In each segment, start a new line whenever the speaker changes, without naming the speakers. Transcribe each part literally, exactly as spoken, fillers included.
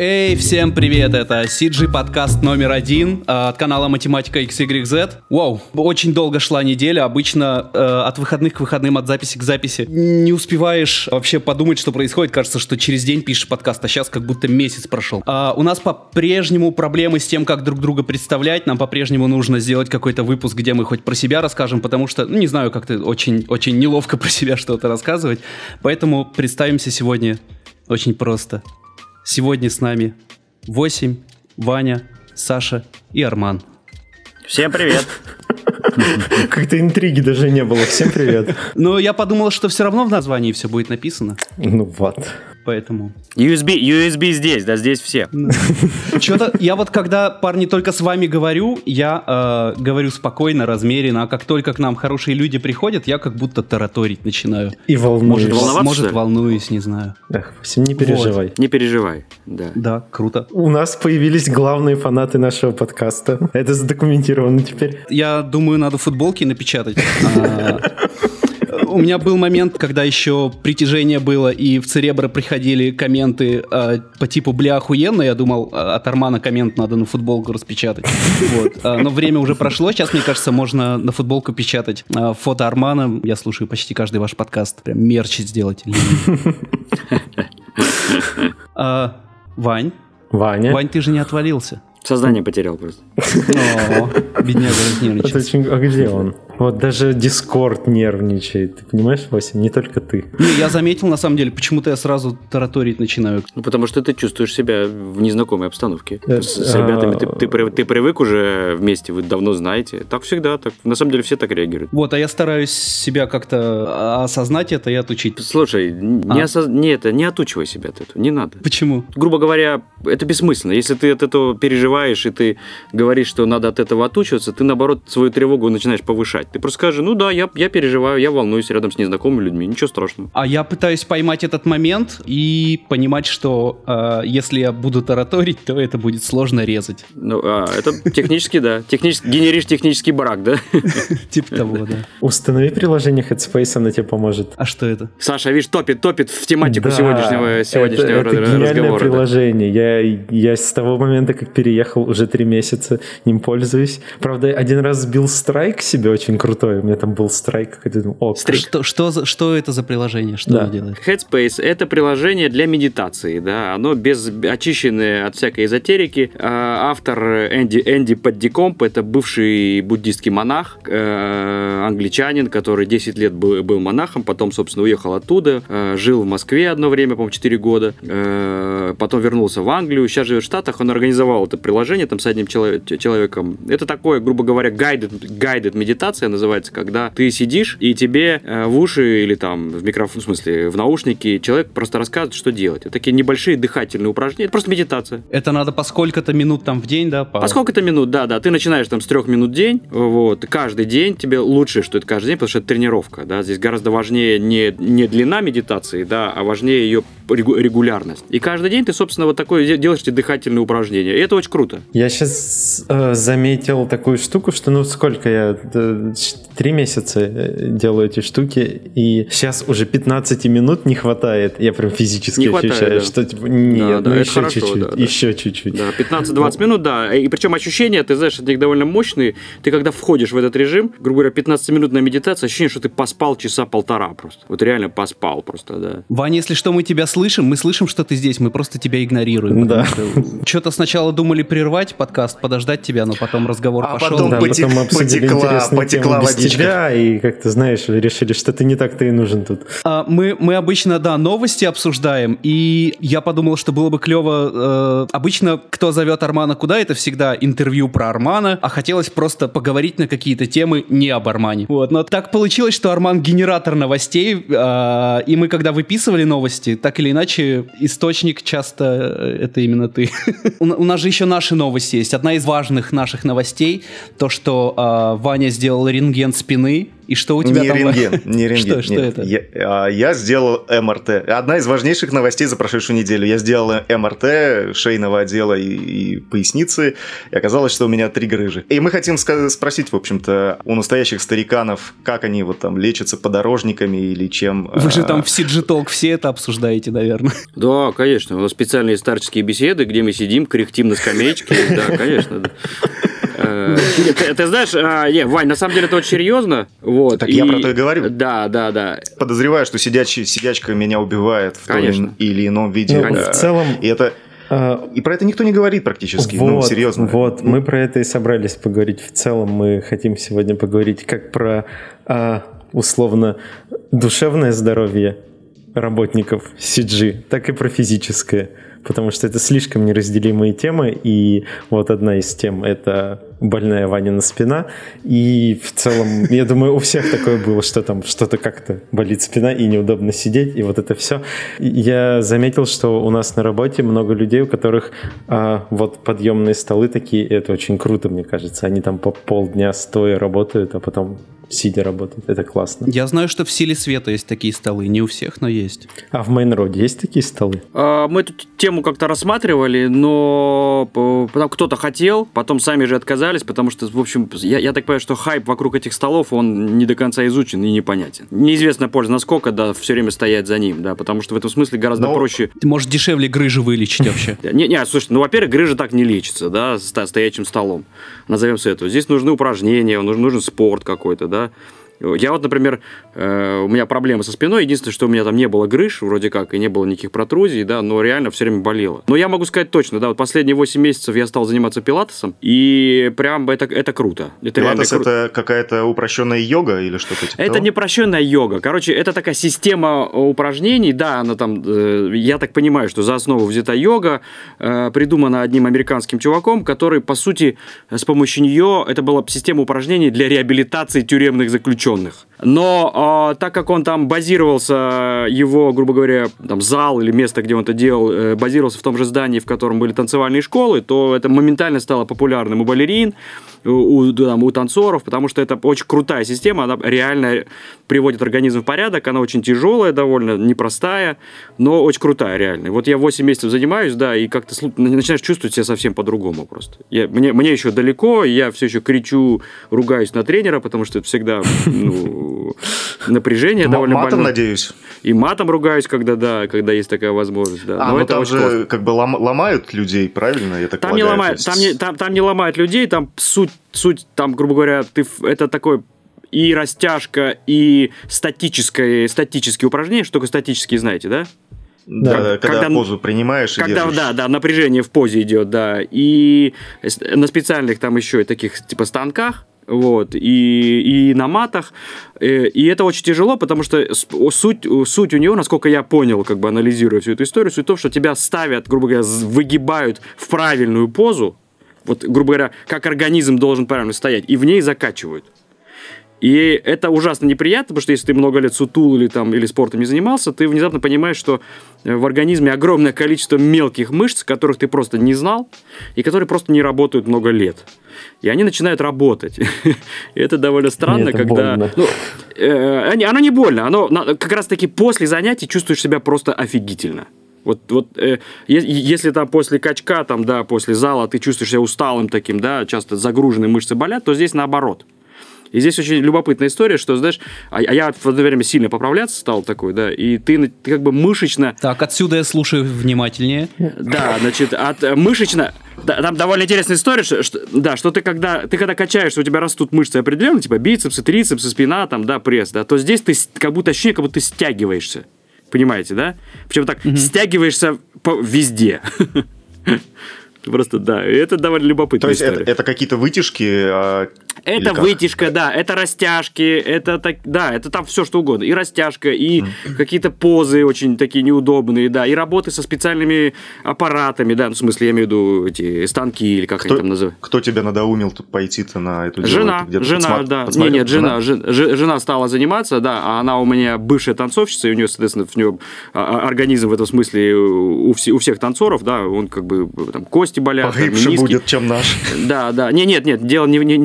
Эй, всем привет, это си джи подкаст номер один э, от канала Математика икс игрек зет. Вау, очень долго шла неделя, обычно э, от выходных к выходным, от записи к записи. Не успеваешь вообще подумать, что происходит, кажется, что через день пишешь подкаст, а сейчас как будто месяц прошел. А, у нас по-прежнему проблемы с тем, как друг друга представлять, нам по-прежнему нужно сделать какой-то выпуск, где мы хоть про себя расскажем, потому что, ну не знаю, как-то очень, очень неловко про себя что-то рассказывать, поэтому представимся сегодня очень просто. Сегодня с нами восемь, Ваня, Саша и Арман.
Всем привет.
Как-то интриги даже не было. Всем привет.
Но я подумал, что все равно в названии все будет написано.
Ну вот.
Поэтому...
ю эс би, ю эс би здесь, да, здесь все.
Что-то я вот когда, парни, только с вами говорю, я э, говорю спокойно, размеренно, а как только к нам хорошие люди приходят, я как будто тараторить начинаю.
И волнуюсь.
Может,
волноваться,
может волнуюсь, не знаю.
Эх, Васим, не переживай.
Вот. Не переживай, да.
Да, круто.
У нас появились главные фанаты нашего подкаста. Это задокументировано теперь.
Я думаю, надо футболки напечатать. У меня был момент, когда еще притяжение было, и в Церебро приходили комменты э, по типу «бля, охуенно». Я думал, от Армана коммент надо на футболку распечатать. Вот. А, но время уже прошло. Сейчас, мне кажется, можно на футболку печатать а, фото Армана. Я слушаю почти каждый ваш подкаст. Прям мерч сделать. а, Вань?
Ваня?
Вань, ты же не отвалился.
Сознание потерял просто.
О, бедняга разнервничался.
Очень... А где он? Вот даже Дискорд нервничает. Ты понимаешь, Васим? Не только ты.
Не, я заметил, на самом деле, почему-то я сразу тараторить начинаю.
Ну, потому что ты чувствуешь себя в незнакомой обстановке.
Это,
с, с ребятами ты, ты, ты, ты привык уже вместе, вы давно знаете. Так всегда. Так, на самом деле все так реагируют.
Вот, а я стараюсь себя как-то осознать это и отучить.
Слушай, не,
а?
осоз... не, это, не отучивай себя от этого, не надо.
Почему?
Грубо говоря, это бессмысленно. Если ты от этого переживаешь, и ты говоришь, что надо от этого отучиваться, ты, наоборот, свою тревогу начинаешь повышать. Ты просто скажи, ну да, я, я переживаю, я волнуюсь рядом с незнакомыми людьми, ничего страшного.
А я пытаюсь поймать этот момент и понимать, что э, если я буду тараторить, то это будет сложно резать.
Ну, а, это технически, да. Технически, генеришь технический брак, да?
Типа того, да.
Установи приложение Headspace, оно тебе поможет.
А что это?
Саша, видишь, топит, топит в тематику
Да,
сегодняшнего, сегодняшнего
это, это
разговора.
гениальное
да.
приложение. Я, я с того момента, как переехал, уже три месяца ним пользуюсь. Правда, один раз сбил страйк себе очень крутой. У меня там был страйк. О,
что, что, за, что это за приложение? Что
да.
оно делает?
Headspace — это приложение для медитации. Да? Оно без, очищенное от всякой эзотерики. Автор Энди, Энди Паддикомп — это бывший буддийский монах, англичанин, который десять лет был, был монахом, потом, собственно, уехал оттуда, жил в Москве одно время, по-моему, четыре года, потом вернулся в Англию, сейчас живет в Штатах. Он организовал это приложение там с одним человеком. Это такое, грубо говоря, guided, guided медитация называется, когда ты сидишь, и тебе э, в уши или там в микрофон, в смысле, в наушники человек просто рассказывает, что делать. Это такие небольшие дыхательные упражнения. Это просто медитация.
Это надо по сколько-то минут там в день, да? По,
по сколько-то минут, да, да. Ты начинаешь там с трех минут в день, вот, каждый день. Тебе лучше, что это каждый день, потому что это тренировка, да. Здесь гораздо важнее не, не длина медитации, да, а важнее ее регулярность. И каждый день ты, собственно, вот такое делаешь эти дыхательные упражнения. И это очень круто.
Я сейчас э, заметил такую штуку, что ну сколько я э, три месяца делаю эти штуки, и сейчас уже пятнадцать минут не хватает. Я прям физически
не
ощущаю,
хватает, да.
что типа нет,
да,
ну
да,
еще
хорошо,
чуть-чуть,
да, да.
еще чуть-чуть.
Да, пятнадцать-двадцать минут, да. И причем ощущения, ты знаешь, от них довольно мощные. Ты когда входишь в этот режим, грубо говоря, пятнадцатиминутная медитация, ощущение, что ты поспал часа полтора просто. Вот реально поспал просто, да.
Ваня, если что, мы тебя слышим, мы слышим, что ты здесь, мы просто тебя игнорируем.
Да.
Что-то сначала думали прервать подкаст, подождать тебя, но потом разговор
а
пошел.
Потом
да,
потек,
потом мы обсудили
потекла, потекла
без
водичка.
тебя, и как-то, знаешь, решили, что ты не так-то и нужен тут.
А, мы, мы обычно, да, новости обсуждаем, и я подумал, что было бы клево. Э, обычно, кто зовет Армана куда, это всегда интервью про Армана, а хотелось просто поговорить на какие-то темы не об Армане. Вот. Но так получилось, что Арман генератор новостей, э, и мы, когда выписывали новости, так или иначе, источник часто это именно ты. у, у нас же еще наши новости есть. Одна из важных наших новостей, то, что э, Ваня сделал рентген спины, И что у тебя
не
там?
Рентген, не рентген.
Что, что это?
Я, я сделал эм эр тэ. Одна из важнейших новостей за прошедшую неделю. Я сделал эм эр тэ шейного отдела и, и поясницы, и оказалось, что у меня три грыжи. И мы хотим спросить, в общем-то, у настоящих стариканов, как они вот там лечатся подорожниками или чем.
Вы же там в си джи Talk все это обсуждаете, наверное.
Да, конечно. У нас специальные старческие беседы, где мы сидим, кряхтим на скамеечке. Да, конечно. Ты, ты знаешь, а, не, Вань, на самом деле это очень серьезно. Вот,
так
и...
я про то и говорю.
Да, да, да.
Подозреваю, что сидячий, сидячка меня убивает в
Конечно.
том или ином виде.
Ну, в целом...
И это... И про это никто не говорит практически,
вот,
ну, серьезно.
Вот, мы про это и собрались поговорить. В целом мы хотим сегодня поговорить как про, а, условно, душевное здоровье работников си джи, так и про физическое. Потому что это слишком неразделимые темы, и вот одна из тем — это больная Ванина спина, и в целом, я думаю, у всех такое было, что там что-то как-то болит спина, и неудобно сидеть, и вот это все. Я заметил, что у нас на работе много людей, у которых а, вот подъемные столы такие, и это очень круто, мне кажется. Они там по полдня стоя работают, а потом сидя работают. Это классно.
Я знаю, что в Силе Света есть такие столы. Не у всех, но есть.
А в Мейнроде есть такие столы?
А, мы эту тему как-то рассматривали, но потом кто-то хотел, потом сами же отказались, потому что, в общем, я, я так понимаю, что хайп вокруг этих столов, он не до конца изучен и непонятен. Неизвестно польза насколько, да, все время стоять за ним, да, потому что в этом смысле гораздо но... проще...
Может, дешевле грыжи вылечить вообще?
Не, не, слушай, ну, во-первых, грыжа так не лечится, да, стоячим столом. Назовем все это. Здесь нужны упражнения, нужен, нужен спорт какой-то, да. Я вот, например, э, у меня проблемы со спиной. Единственное, что у меня там не было грыж, вроде как, и не было никаких протрузий, да, но реально все время болело. Но я могу сказать точно, да, вот последние восемь месяцев я стал заниматься пилатесом, и прям это, это круто. Это
Пилатес — это какая-то упрощенная йога или что-то типа
Это
того?
не упрощенная йога. Короче, это такая система упражнений, да, она там, э, я так понимаю, что за основу взята йога, э, придумана одним американским чуваком, который, по сути, с помощью нее, это была система упражнений для реабилитации тюремных заключенных. Но э, так как он там базировался, его, грубо говоря, там зал или место, где он это делал, э, базировался в том же здании, в котором были танцевальные школы, то это моментально стало популярным у балерин, у, там, у танцоров, потому что это очень крутая система, она реально приводит организм в порядок, она очень тяжелая, довольно непростая, но очень крутая реально. И вот я восемь месяцев занимаюсь, да, и как-то начинаешь чувствовать себя совсем по-другому просто. Я, мне, мне еще далеко, я все еще кричу, ругаюсь на тренера, потому что это всегда ну, напряжение довольно больное.
Матом, надеюсь?
И матом ругаюсь, когда, да, когда есть такая возможность. Да.
А,
но
ну
это
там
очень
же
классно.
как бы лом, ломают людей, правильно? Я так
там,
полагаю,
не ломают,
есть...
там, не, там, там не ломают людей, там суть, суть там, грубо говоря, ты, это такой и растяжка, и статическое, статические упражнения. Что такое статические, знаете, да?
Да, когда, когда позу принимаешь и
когда,
держишь.
Да, да, напряжение в позе идет, да. И на специальных там еще таких типа станках, вот, и, и на матах. И это очень тяжело, потому что суть, суть у него, насколько я понял, как бы анализируя всю эту историю, суть в том, что тебя ставят, грубо говоря, выгибают в правильную позу, вот, грубо говоря, как организм должен правильно стоять, и в ней закачивают. И это ужасно неприятно, потому что если ты много лет сутул или, там, или спортом не занимался, ты внезапно понимаешь, что в организме огромное количество мелких мышц, которых ты просто не знал, и которые просто не работают много лет. И они начинают работать. И это довольно странно,
это
когда... Ну, э, оно не больно, оно как раз-таки после занятий чувствуешь себя просто офигительно. Вот, вот э, если там после качка, там, да, после зала ты чувствуешь себя усталым таким, да, часто загруженные мышцы болят, то здесь наоборот. И здесь очень любопытная история, что, знаешь, а, а я в это время сильно поправляться стал такой, да, и ты, ты как бы мышечно...
Так, отсюда я слушаю внимательнее.
Да, значит, от мышечно... Да, там довольно интересная история, что, что, да, что ты когда, ты когда качаешься, у тебя растут мышцы определенные, типа бицепсы, трицепсы, спина, там, да, пресс, да, то здесь ты как будто ощущение, как будто ты стягиваешься. Понимаете, да? Причем так, mm-hmm. стягиваешься по, везде. Просто, да, это довольно любопытная
То есть
история.
Это, это какие-то вытяжки? А...
Это вытяжка, да, это растяжки, это так, да, это там все что угодно. И растяжка, и mm. какие-то позы очень такие неудобные, да, и работы со специальными аппаратами, да, ну, в смысле, я имею в виду эти станки или как кто, они там называют.
Кто тебя надоумил тут пойти-то на эту дело?
Жена, жена, подсма- да. Нет, нет, жена, жена, жена стала заниматься, да, а она у меня бывшая танцовщица, и у нее, соответственно, в нее организм в этом смысле у, все, у всех танцоров, да, он как бы там кости болят.
Погибше будет, чем наш.
Да, да, нет, нет, нет, дело не, не, не в погибшем,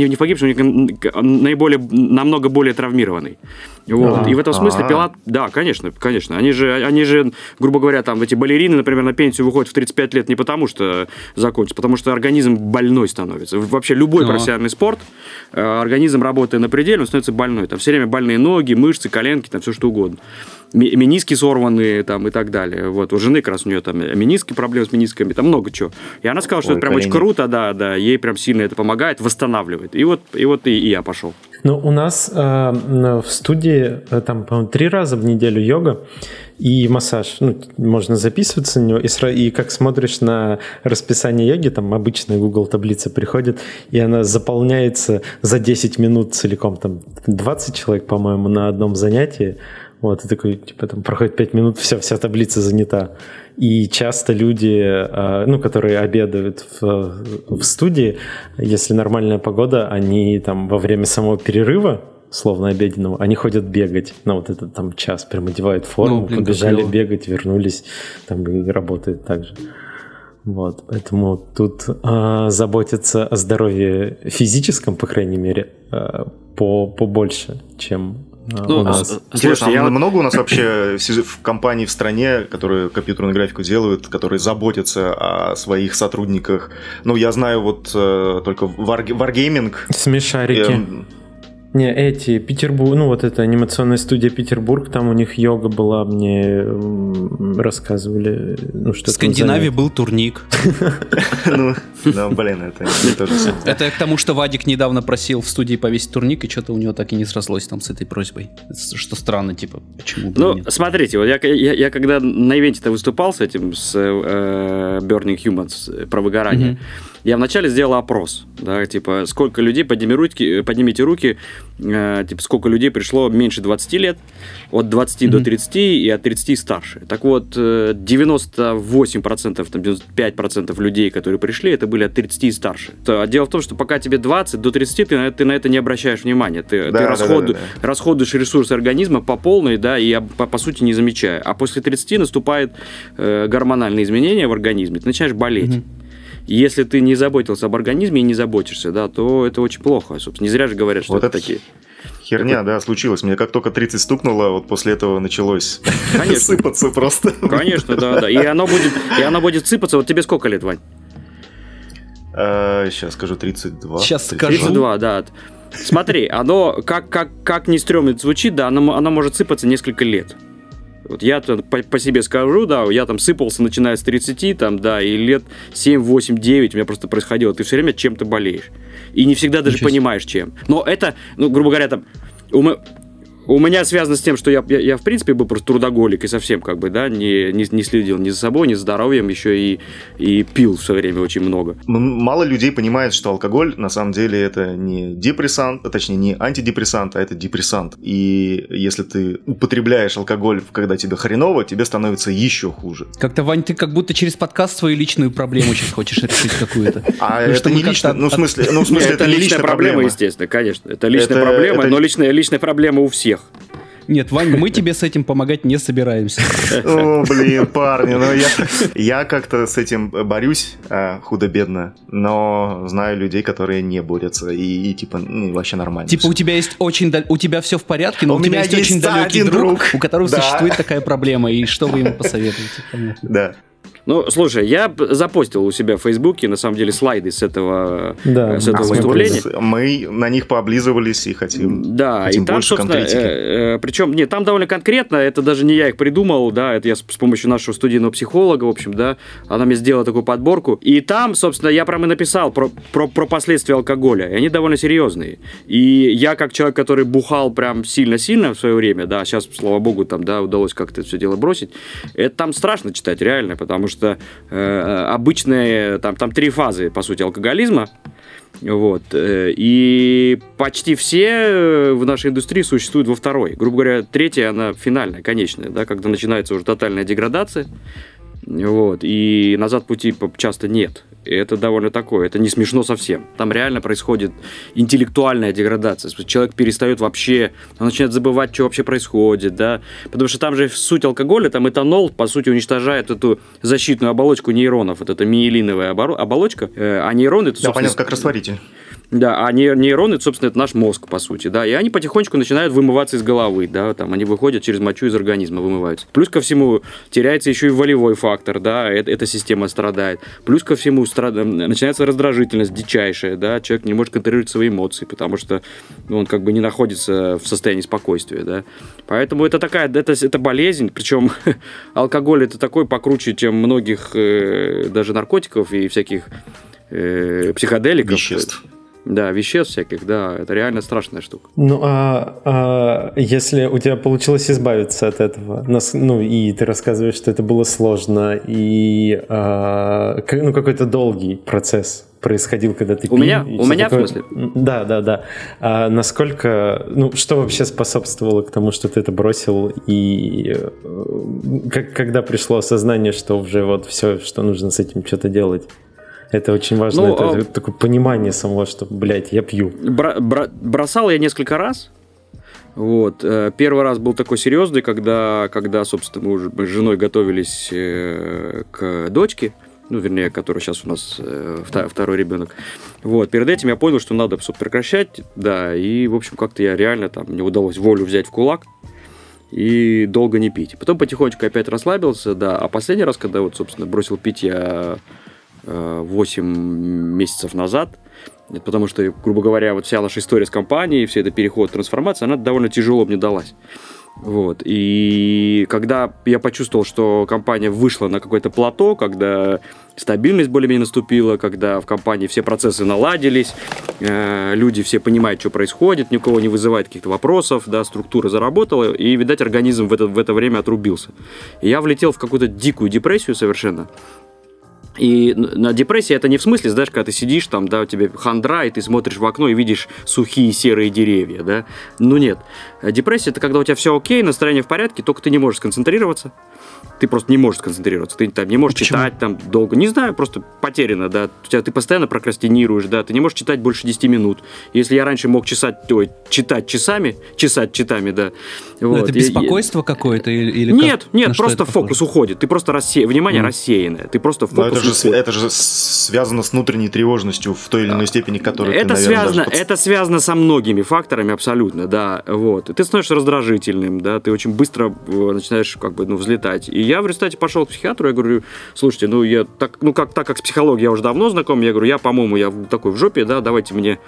у них наиболее, намного более травмированный. Вот. И в этом смысле пилат... Да, конечно, конечно. Они же, они же, грубо говоря, там эти балерины, например, на пенсию выходят в тридцать пять лет не потому, что закончится, потому что организм больной становится. Вообще любой а. профессиональный спорт, организм, работая на пределе, он становится больной. Там все время больные ноги, мышцы, коленки, там все что угодно. Мениски сорванные там, и так далее. Вот. У жены как раз у нее там мениски, проблемы с менисками, там много чего. И она сказала, что Ой, это прям колени. Очень круто, да, да, ей прям сильно это помогает, восстанавливает. И вот, и, вот и, и я пошел.
Ну, у нас э, в студии э, там, по-моему, три раза в неделю йога и массаж. Ну, можно записываться на него, и, сра- и как смотришь на расписание йоги, там обычная Google таблица приходит, и она заполняется за десять минут целиком. Там двадцать человек, по-моему, на одном занятии. Вот, и такой, типа, там проходит пять минут, все, вся таблица занята. И часто люди, ну, которые обедают в, в студии, если нормальная погода, они там во время самого перерыва, словно обеденного, они ходят бегать на вот этот там час, прям одевают форму, ну, блин, побежали бегать, вернулись, там и работают так же. Вот, поэтому тут э, заботиться о здоровье физическом, по крайней мере, э, по, побольше, чем...
Ну, у нас. Интересно, я... много у нас вообще в компании в стране, которые компьютерную графику делают, которые заботятся о своих сотрудниках? Ну, я знаю вот только Wargaming.
Смешарики. Эм... Не, эти, Петербург, ну вот эта анимационная студия Петербург, там у них йога была, мне рассказывали. Ну, что
в Скандинавии был турник.
Ну, блин, это не то же самое.
Это к тому, что Вадик недавно просил в студии повесить турник, и что-то у него так и не срослось там с этой просьбой. Что странно, типа, почему бы
Ну,
нет?
смотрите, вот я, я, я когда на ивенте-то выступал с этим, с э, Burning Humans про выгорание, mm-hmm. я вначале сделал опрос, да, типа, сколько людей, подними руки, поднимите руки, э, типа, сколько людей пришло меньше двадцати лет, от двадцати mm-hmm. до тридцати и от тридцати старше. Так вот, девяносто восемь процентов, там, девяносто пять процентов людей, которые пришли, это были от тридцати и старше. А дело в том, что пока тебе двадцать до тридцати, ты на, ты на это не обращаешь внимания. Ты, да, ты да, расходу, да, да, да. расходуешь ресурсы организма по полной, да, и по, по сути не замечая. А после тридцати наступает э, гормональные изменения в организме, ты начинаешь болеть. Mm-hmm. Если ты не заботился об организме и не заботишься, да, то это очень плохо. Собственно, не зря же говорят, что
вот
это такие.
Херня, да, случилось. Мне как только тридцать стукнуло, вот после этого началось сыпаться просто.
Конечно, да, да. И оно будет, и оно будет сыпаться. Вот тебе сколько лет, Вань?
Сейчас скажу тридцать два.
Сейчас скажу.
тридцать два, да. Смотри, оно, как, как, как не стрёмно это звучит, да, оно, оно может сыпаться несколько лет. Вот я по, по себе скажу, да, я там сыпался, начиная с тридцати, там, да, и лет семь, восемь, девять у меня просто происходило. Ты все время чем-то болеешь. И не всегда даже Ничего понимаешь, чем. Но это, ну, грубо говоря, там, у, у меня связано с тем, что я, я, я в принципе был просто трудоголик и совсем как бы, да, не, не, не следил ни за собой, ни за здоровьем, еще и, и пил все время очень много.
Мало людей понимает, что алкоголь на самом деле это не депрессант, а точнее не антидепрессант, а это депрессант. И если ты употребляешь алкоголь, когда тебе хреново, тебе становится еще хуже.
Как-то, Вань, ты как будто через подкаст свою личную проблему сейчас хочешь решить какую-то.
А это не личная, ну в смысле, ну в смысле это не личная проблема,
естественно, конечно. Это личная проблема, но личная проблема у всех.
Нет, Вань, мы тебе с этим помогать не собираемся.
О, блин, парни, ну я, я как-то с этим борюсь а, худо-бедно, но знаю людей, которые не борются и, и типа, ну, вообще нормально.
Типа
все.
у тебя есть очень дал... у тебя все в порядке, но
у,
у тебя есть, есть очень далекий друг, друг, у которого
да.
существует такая проблема, и что вы ему посоветуете? Понятно.
Да.
Ну, слушай, я запостил у себя в Фейсбуке, на самом деле, слайды с этого,
да,
с этого
а
выступления.
Мы на них пооблизывались и хотим,
да,
хотим
и там,
больше конкретики.
Э, э, причем, нет, там довольно конкретно, это даже не я их придумал, да, это я с, с помощью нашего студийного психолога, в общем, да, она мне сделала такую подборку. И там, собственно, я прям и написал про, про, про последствия алкоголя, и они довольно серьезные. И я, как человек, который бухал прям сильно-сильно в свое время, да, сейчас, слава богу, там, да, удалось как-то это все дело бросить, это там страшно читать, реально, потому что что э, обычные, там, там три фазы, по сути, алкоголизма, вот, э, и почти все в нашей индустрии существуют во второй. Грубо говоря, третья, она финальная, конечная, да, когда начинается уже тотальная деградация, вот, и назад пути часто нет. И это довольно такое, это не смешно совсем. Там реально происходит интеллектуальная деградация. Человек перестает вообще, он начинает забывать, что вообще происходит, да. Потому что там же суть алкоголя, там этанол, по сути, уничтожает эту защитную оболочку нейронов. Вот эта миелиновая оболочка. А нейроны... Это,
да, понятно, как растворитель.
Да, а нейроны, собственно, это наш мозг, по сути, да, и они потихонечку начинают вымываться из головы, да, там, они выходят через мочу из организма, вымываются. Плюс ко всему, теряется еще и волевой фактор, да, это, эта система страдает. Плюс ко всему, страд... начинается раздражительность дичайшая, да, человек не может контролировать свои эмоции, потому что он как бы не находится в состоянии спокойствия, да. Поэтому это такая, это, это болезнь, причем алкоголь это такой покруче, чем многих э, даже наркотиков и всяких э, психоделиков.
Веществ.
Да, веществ всяких, да, это реально страшная штука.
Ну, а, а если у тебя получилось избавиться от этого, ну, и ты рассказываешь, что это было сложно, и а, ну, какой-то долгий процесс происходил, когда ты пил.
У меня? У меня, такое... в смысле?
Да, да, да. А насколько, ну, что вообще способствовало к тому, что ты это бросил, и как, когда пришло осознание, что уже вот все, что нужно с этим что-то делать? Это очень важно, ну, это а... такое понимание самого, что, блядь, я пью.
Бро- бро- бросал я несколько раз. Вот. Первый раз был такой серьезный, когда, когда собственно, мы уже с женой готовились к дочке, ну, вернее, которая сейчас у нас второй ребенок. Вот. Перед этим я понял, что надо прекращать, да, и, в общем, как-то я реально, там, мне удалось волю взять в кулак и долго не пить. Потом потихонечку опять расслабился, да, а последний раз, когда вот, собственно, бросил пить я восемь месяцев назад, потому что, грубо говоря, вот вся наша история с компанией, вся эта переход, трансформация, она довольно тяжело мне далась. Вот. И когда я почувствовал, что компания вышла на какое-то плато, когда стабильность более-менее наступила, когда в компании все процессы наладились, э, люди все понимают, что происходит, ни у кого не вызывает каких-то вопросов, да, структура заработала, и, видать, организм в это, в это время отрубился. И я влетел в какую-то дикую депрессию совершенно. И на депрессии это не в смысле, знаешь, когда ты сидишь там, да, у тебя хандра, и ты смотришь в окно и видишь сухие серые деревья, да. Ну нет. Депрессия – это когда у тебя все окей, настроение в порядке, только ты не можешь сконцентрироваться. Ты просто не можешь сконцентрироваться. Ты там не можешь Почему? читать там долго. Не знаю, просто потеряно, да. У тебя, ты постоянно прокрастинируешь, да. Ты не можешь читать больше десяти минут. Если я раньше мог чесать, ой, читать часами, чесать читами, да.
Вот. Это беспокойство и, какое-то? Или, или
нет,
как,
нет, просто фокус уходит. Ты просто рассеян, внимание mm. рассеянное. Ты просто фокус
это же, это же связано с внутренней тревожностью в той или иной степени, которую
это
ты, наверное,
связано,
даже...
Это связано со многими факторами абсолютно, да. Вот. И ты становишься раздражительным, да. Ты очень быстро начинаешь как бы, ну, взлетать. И я в результате пошел к психиатру, я говорю, слушайте, ну, я так, ну, как, так как с психологией я уже давно знаком, я говорю, я, по-моему, я такой в жопе, да, давайте мне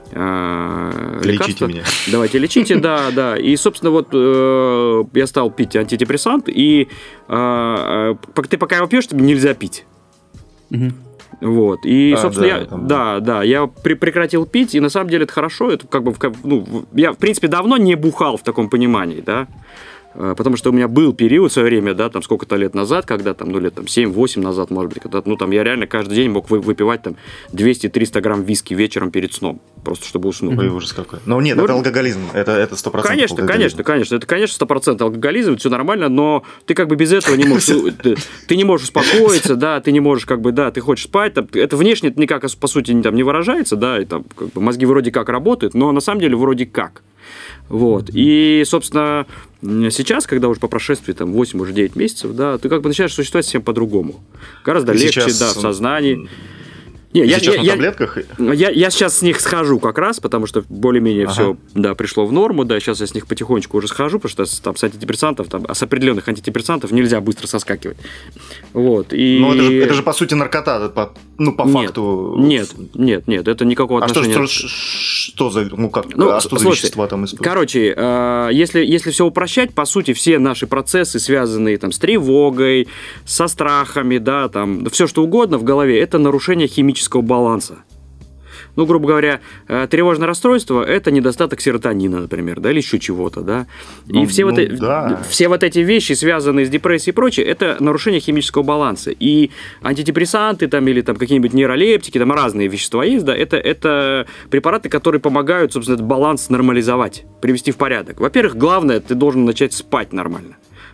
э,
лечите
лекарства.
меня.
Давайте лечите, да, да. И, собственно, вот э, я стал пить антидепрессант, и э, ты пока его пьешь, тебе нельзя пить. Угу. Вот. И, а, собственно, да, я, там... да, да, я при, прекратил пить, и на самом деле это хорошо. Это как бы, ну, я, в принципе, давно не бухал в таком понимании, да. Потому что у меня был период в свое время, да, там сколько-то лет назад, когда там, ну, лет там семь-восемь назад, может быть, когда, ну, там я реально каждый день мог выпивать там двести-триста грамм виски вечером перед сном, просто чтобы уснуть.
Ой, ужас какой. Ну, нет, ну, это алкоголизм, это, это сто процентов
Конечно, алкоголизм. конечно, конечно, это, конечно, сто процентов алкоголизм, все нормально, но ты как бы без этого не можешь, ты не можешь успокоиться, да, ты не можешь как бы, да, ты хочешь спать, это внешне никак, по сути, не выражается, да, и там как бы мозги вроде как работают, но на самом деле вроде как. Вот. И, собственно, сейчас, когда уже по прошествии там, восемь, уже девять месяцев, да, ты как бы начинаешь существовать совсем по-другому. Гораздо
ты
легче,
сейчас...
да, в сознании. Не, я,
сейчас
я,
на
я,
таблетках?
Я, я сейчас с них схожу как раз, потому что более-менее ага. все, да, пришло в норму, да, сейчас я с них потихонечку уже схожу, потому что там, с антидепрессантов, там, с определенных антидепрессантов нельзя быстро соскакивать. Вот, и...
Ну, это же, это же, по сути, наркота, по, ну, по
нет,
факту...
Нет, нет, нет, это никакого отношения...
А что, что, что за, ну, как,
ну,
а что
слушайте,
за вещества там используют?
Короче, э, если, если все упрощать, по сути, все наши процессы, связанные там, с тревогой, со страхами, да, там, все что угодно в голове, это нарушение химического баланса. Ну, грубо говоря, тревожное расстройство – это недостаток серотонина, например, да, или еще чего-то, да. И ну, все, ну, вот, да. все вот эти вещи, связанные с депрессией и прочее, это нарушение химического баланса. И антидепрессанты там, или там, какие-нибудь нейролептики, там разные вещества есть, да, это, это препараты, которые помогают, собственно, этот баланс нормализовать, привести в порядок. Во-первых, главное, ты должен начать спать нормально.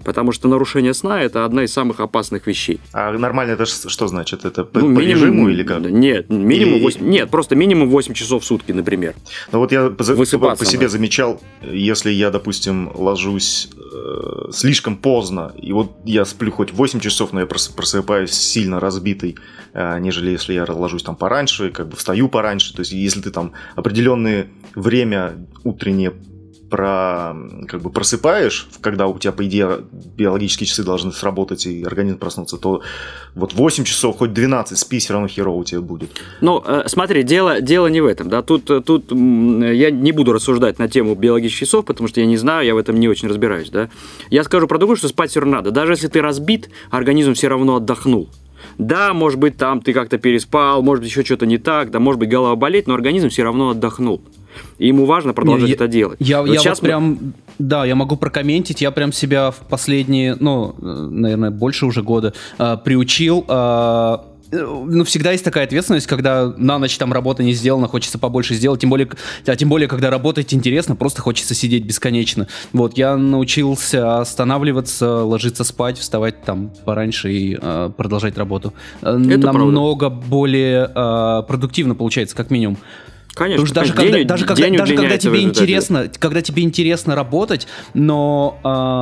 Потому что нарушение сна – это одна из самых опасных вещей.
А нормально это что значит? Это по,
ну,
по
минимум,
режиму или как?
Нет, минимум
или...
восемь, нет, просто минимум восемь часов в сутки, например.
Ну вот я по, по себе
надо.
замечал, если я, допустим, ложусь э, слишком поздно, и вот я сплю хоть восемь часов, но я просыпаюсь сильно разбитый, э, нежели если я ложусь там пораньше, как бы встаю пораньше. То есть если ты там определенное время утреннее про, как бы просыпаешь, когда у тебя, по идее, биологические часы должны сработать и организм проснуться, то вот восемь часов, хоть двенадцать спи, все равно херово у тебя будет.
Ну, э, смотри, дело, дело не в этом, да, тут, тут я не буду рассуждать на тему биологических часов, потому что я не знаю, я в этом не очень разбираюсь, да. Я скажу про другое, что спать все равно надо. Даже если ты разбит, организм все равно отдохнул. Да, может быть, там ты как-то переспал, может быть, еще что-то не так, да, может быть, голова болит, но организм все равно отдохнул. И ему важно продолжать
не,
это делать.
Я,
вот
я
сейчас
вот прям, мы... да, я могу прокомментить, я прям себя в последние, ну, наверное, больше уже года э, приучил. Э, ну, всегда есть такая ответственность, когда на ночь там работа не сделана, хочется побольше сделать, тем более, а тем более, когда работать интересно, просто хочется сидеть бесконечно. Вот, я научился останавливаться, ложиться спать, вставать там пораньше и э, продолжать работу. Это намного правда. более э, продуктивно получается, как минимум.
Конечно,
Потому что даже,
день,
когда, даже, когда, даже когда тебе интересно, когда тебе интересно работать, но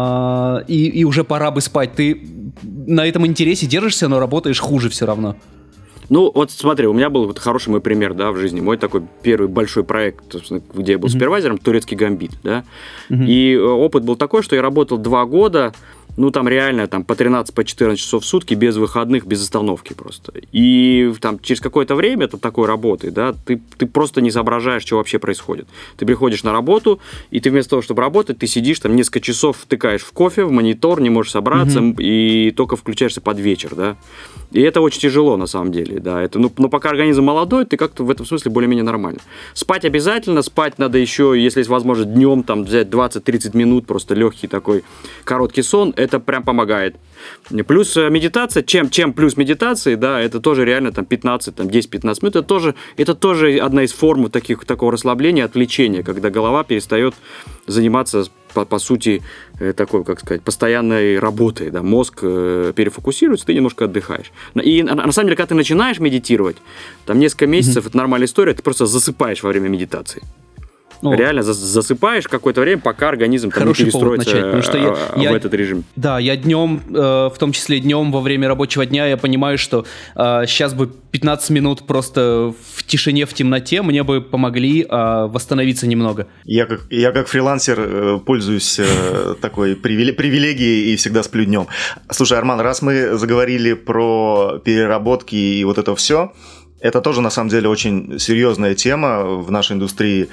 э, и, и уже пора бы спать, ты на этом интересе держишься, но работаешь хуже все равно.
Ну, вот смотри, у меня был вот хороший мой пример, да, в жизни. Мой такой первый большой проект, где я был mm-hmm. супервайзером, турецкий гамбит, да. Mm-hmm. И опыт был такой, что я работал два года, ну, там реально там, по тринадцать, по четырнадцать часов в сутки, без выходных, без остановки просто. И там через какое-то время это такой работы, да, ты, ты просто не соображаешь, что вообще происходит. Ты приходишь на работу, и ты вместо того, чтобы работать, ты сидишь там несколько часов, втыкаешь в кофе, в монитор, не можешь собраться, mm-hmm. и только включаешься под вечер, да. И это очень тяжело, на самом деле, да. Это, ну, но пока организм молодой, ты как-то в этом смысле более-менее нормально. Спать обязательно, спать надо еще, если есть возможность, днем там взять двадцать-тридцать минут, просто легкий такой короткий сон, это прям помогает. Плюс медитация, чем, чем плюс медитации, да, это тоже реально там пятнадцать, там десять-пятнадцать минут, это тоже, это тоже одна из форм таких, такого расслабления, отвлечения, когда голова перестает заниматься, по, по сути, такой, как сказать, постоянной работой, да, мозг э, перефокусируется, ты немножко отдыхаешь. И на, на самом деле, когда ты начинаешь медитировать, там несколько месяцев, mm-hmm. это нормальная история, ты просто засыпаешь во время медитации. О. Реально засыпаешь какое-то время, пока организм там не перестроится начать, что я, в я, этот режим.
Да, я днем, э, в том числе днем во время рабочего дня, я понимаю, что э, сейчас бы пятнадцать минут просто в тишине, в темноте мне бы помогли э, восстановиться немного.
Я как, я как фрилансер э, пользуюсь э, такой привилегией и всегда сплю днем. Слушай, Арман, раз мы заговорили про переработки и вот это все, это тоже, на самом деле, очень серьезная тема в нашей индустрии.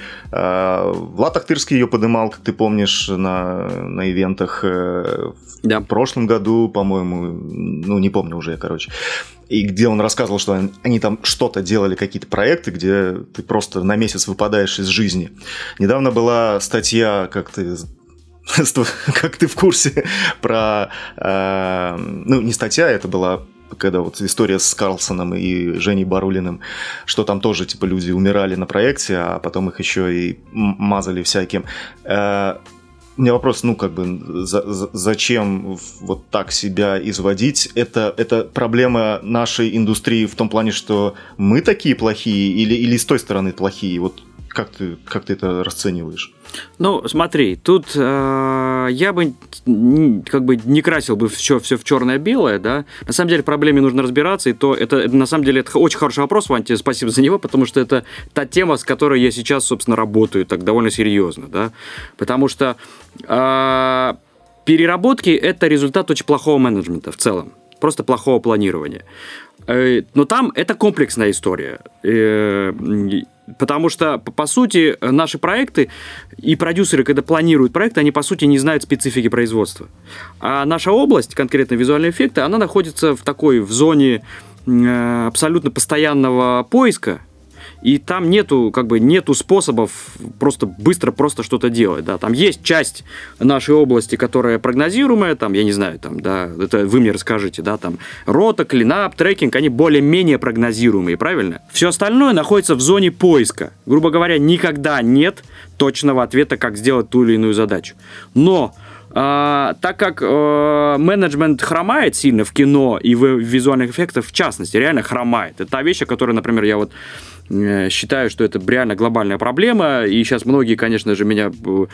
Влад Ахтырский ее поднимал, как ты помнишь, на, на ивентах
да.
в прошлом году, по-моему, ну, не помню уже, короче. И где он рассказывал, что они, они там что-то делали, какие-то проекты, где ты просто на месяц выпадаешь из жизни. Недавно была статья, как ты... как ты в курсе, про... Ну, не статья, это была... когда вот история с Карлсоном и Женей Барулиным, что там тоже, типа, люди умирали на проекте, а потом их еще и мазали всяким. У меня вопрос, ну, как бы, за, за, зачем вот так себя изводить? Это, это проблема нашей индустрии в том плане, что мы такие плохие или, или с той стороны плохие? Вот как ты, как ты это расцениваешь?
Ну, смотри, тут э, я бы как бы не красил бы все, все в черное-белое, да. На самом деле в проблеме нужно разбираться, и то это, на самом деле, это очень хороший вопрос, Вань, тебе спасибо за него, потому что это та тема, с которой я сейчас, собственно, работаю так довольно серьезно, да. Потому что э, переработки – это результат очень плохого менеджмента в целом, просто плохого планирования. Э, но там это комплексная история. Э, Потому что, по сути, наши проекты и продюсеры, когда планируют проекты, они, по сути, не знают специфики производства. А наша область, конкретно визуальные эффекты, она находится в такой, в зоне абсолютно постоянного поиска, и там нету, как бы, нету способов просто быстро просто что-то делать, да, там есть часть нашей области, которая прогнозируемая, там, я не знаю, там, да, это вы мне расскажите, да, там, рота, клинап, трекинг, они более-менее прогнозируемые, правильно? Все остальное находится в зоне поиска, грубо говоря, никогда нет точного ответа, как сделать ту или иную задачу, но а, так как а, менеджмент хромает сильно в кино и в визуальных эффектах, в частности, реально хромает. Это та вещь, о которой, например, я вот считаю, что это реально глобальная проблема, и сейчас многие, конечно же, меня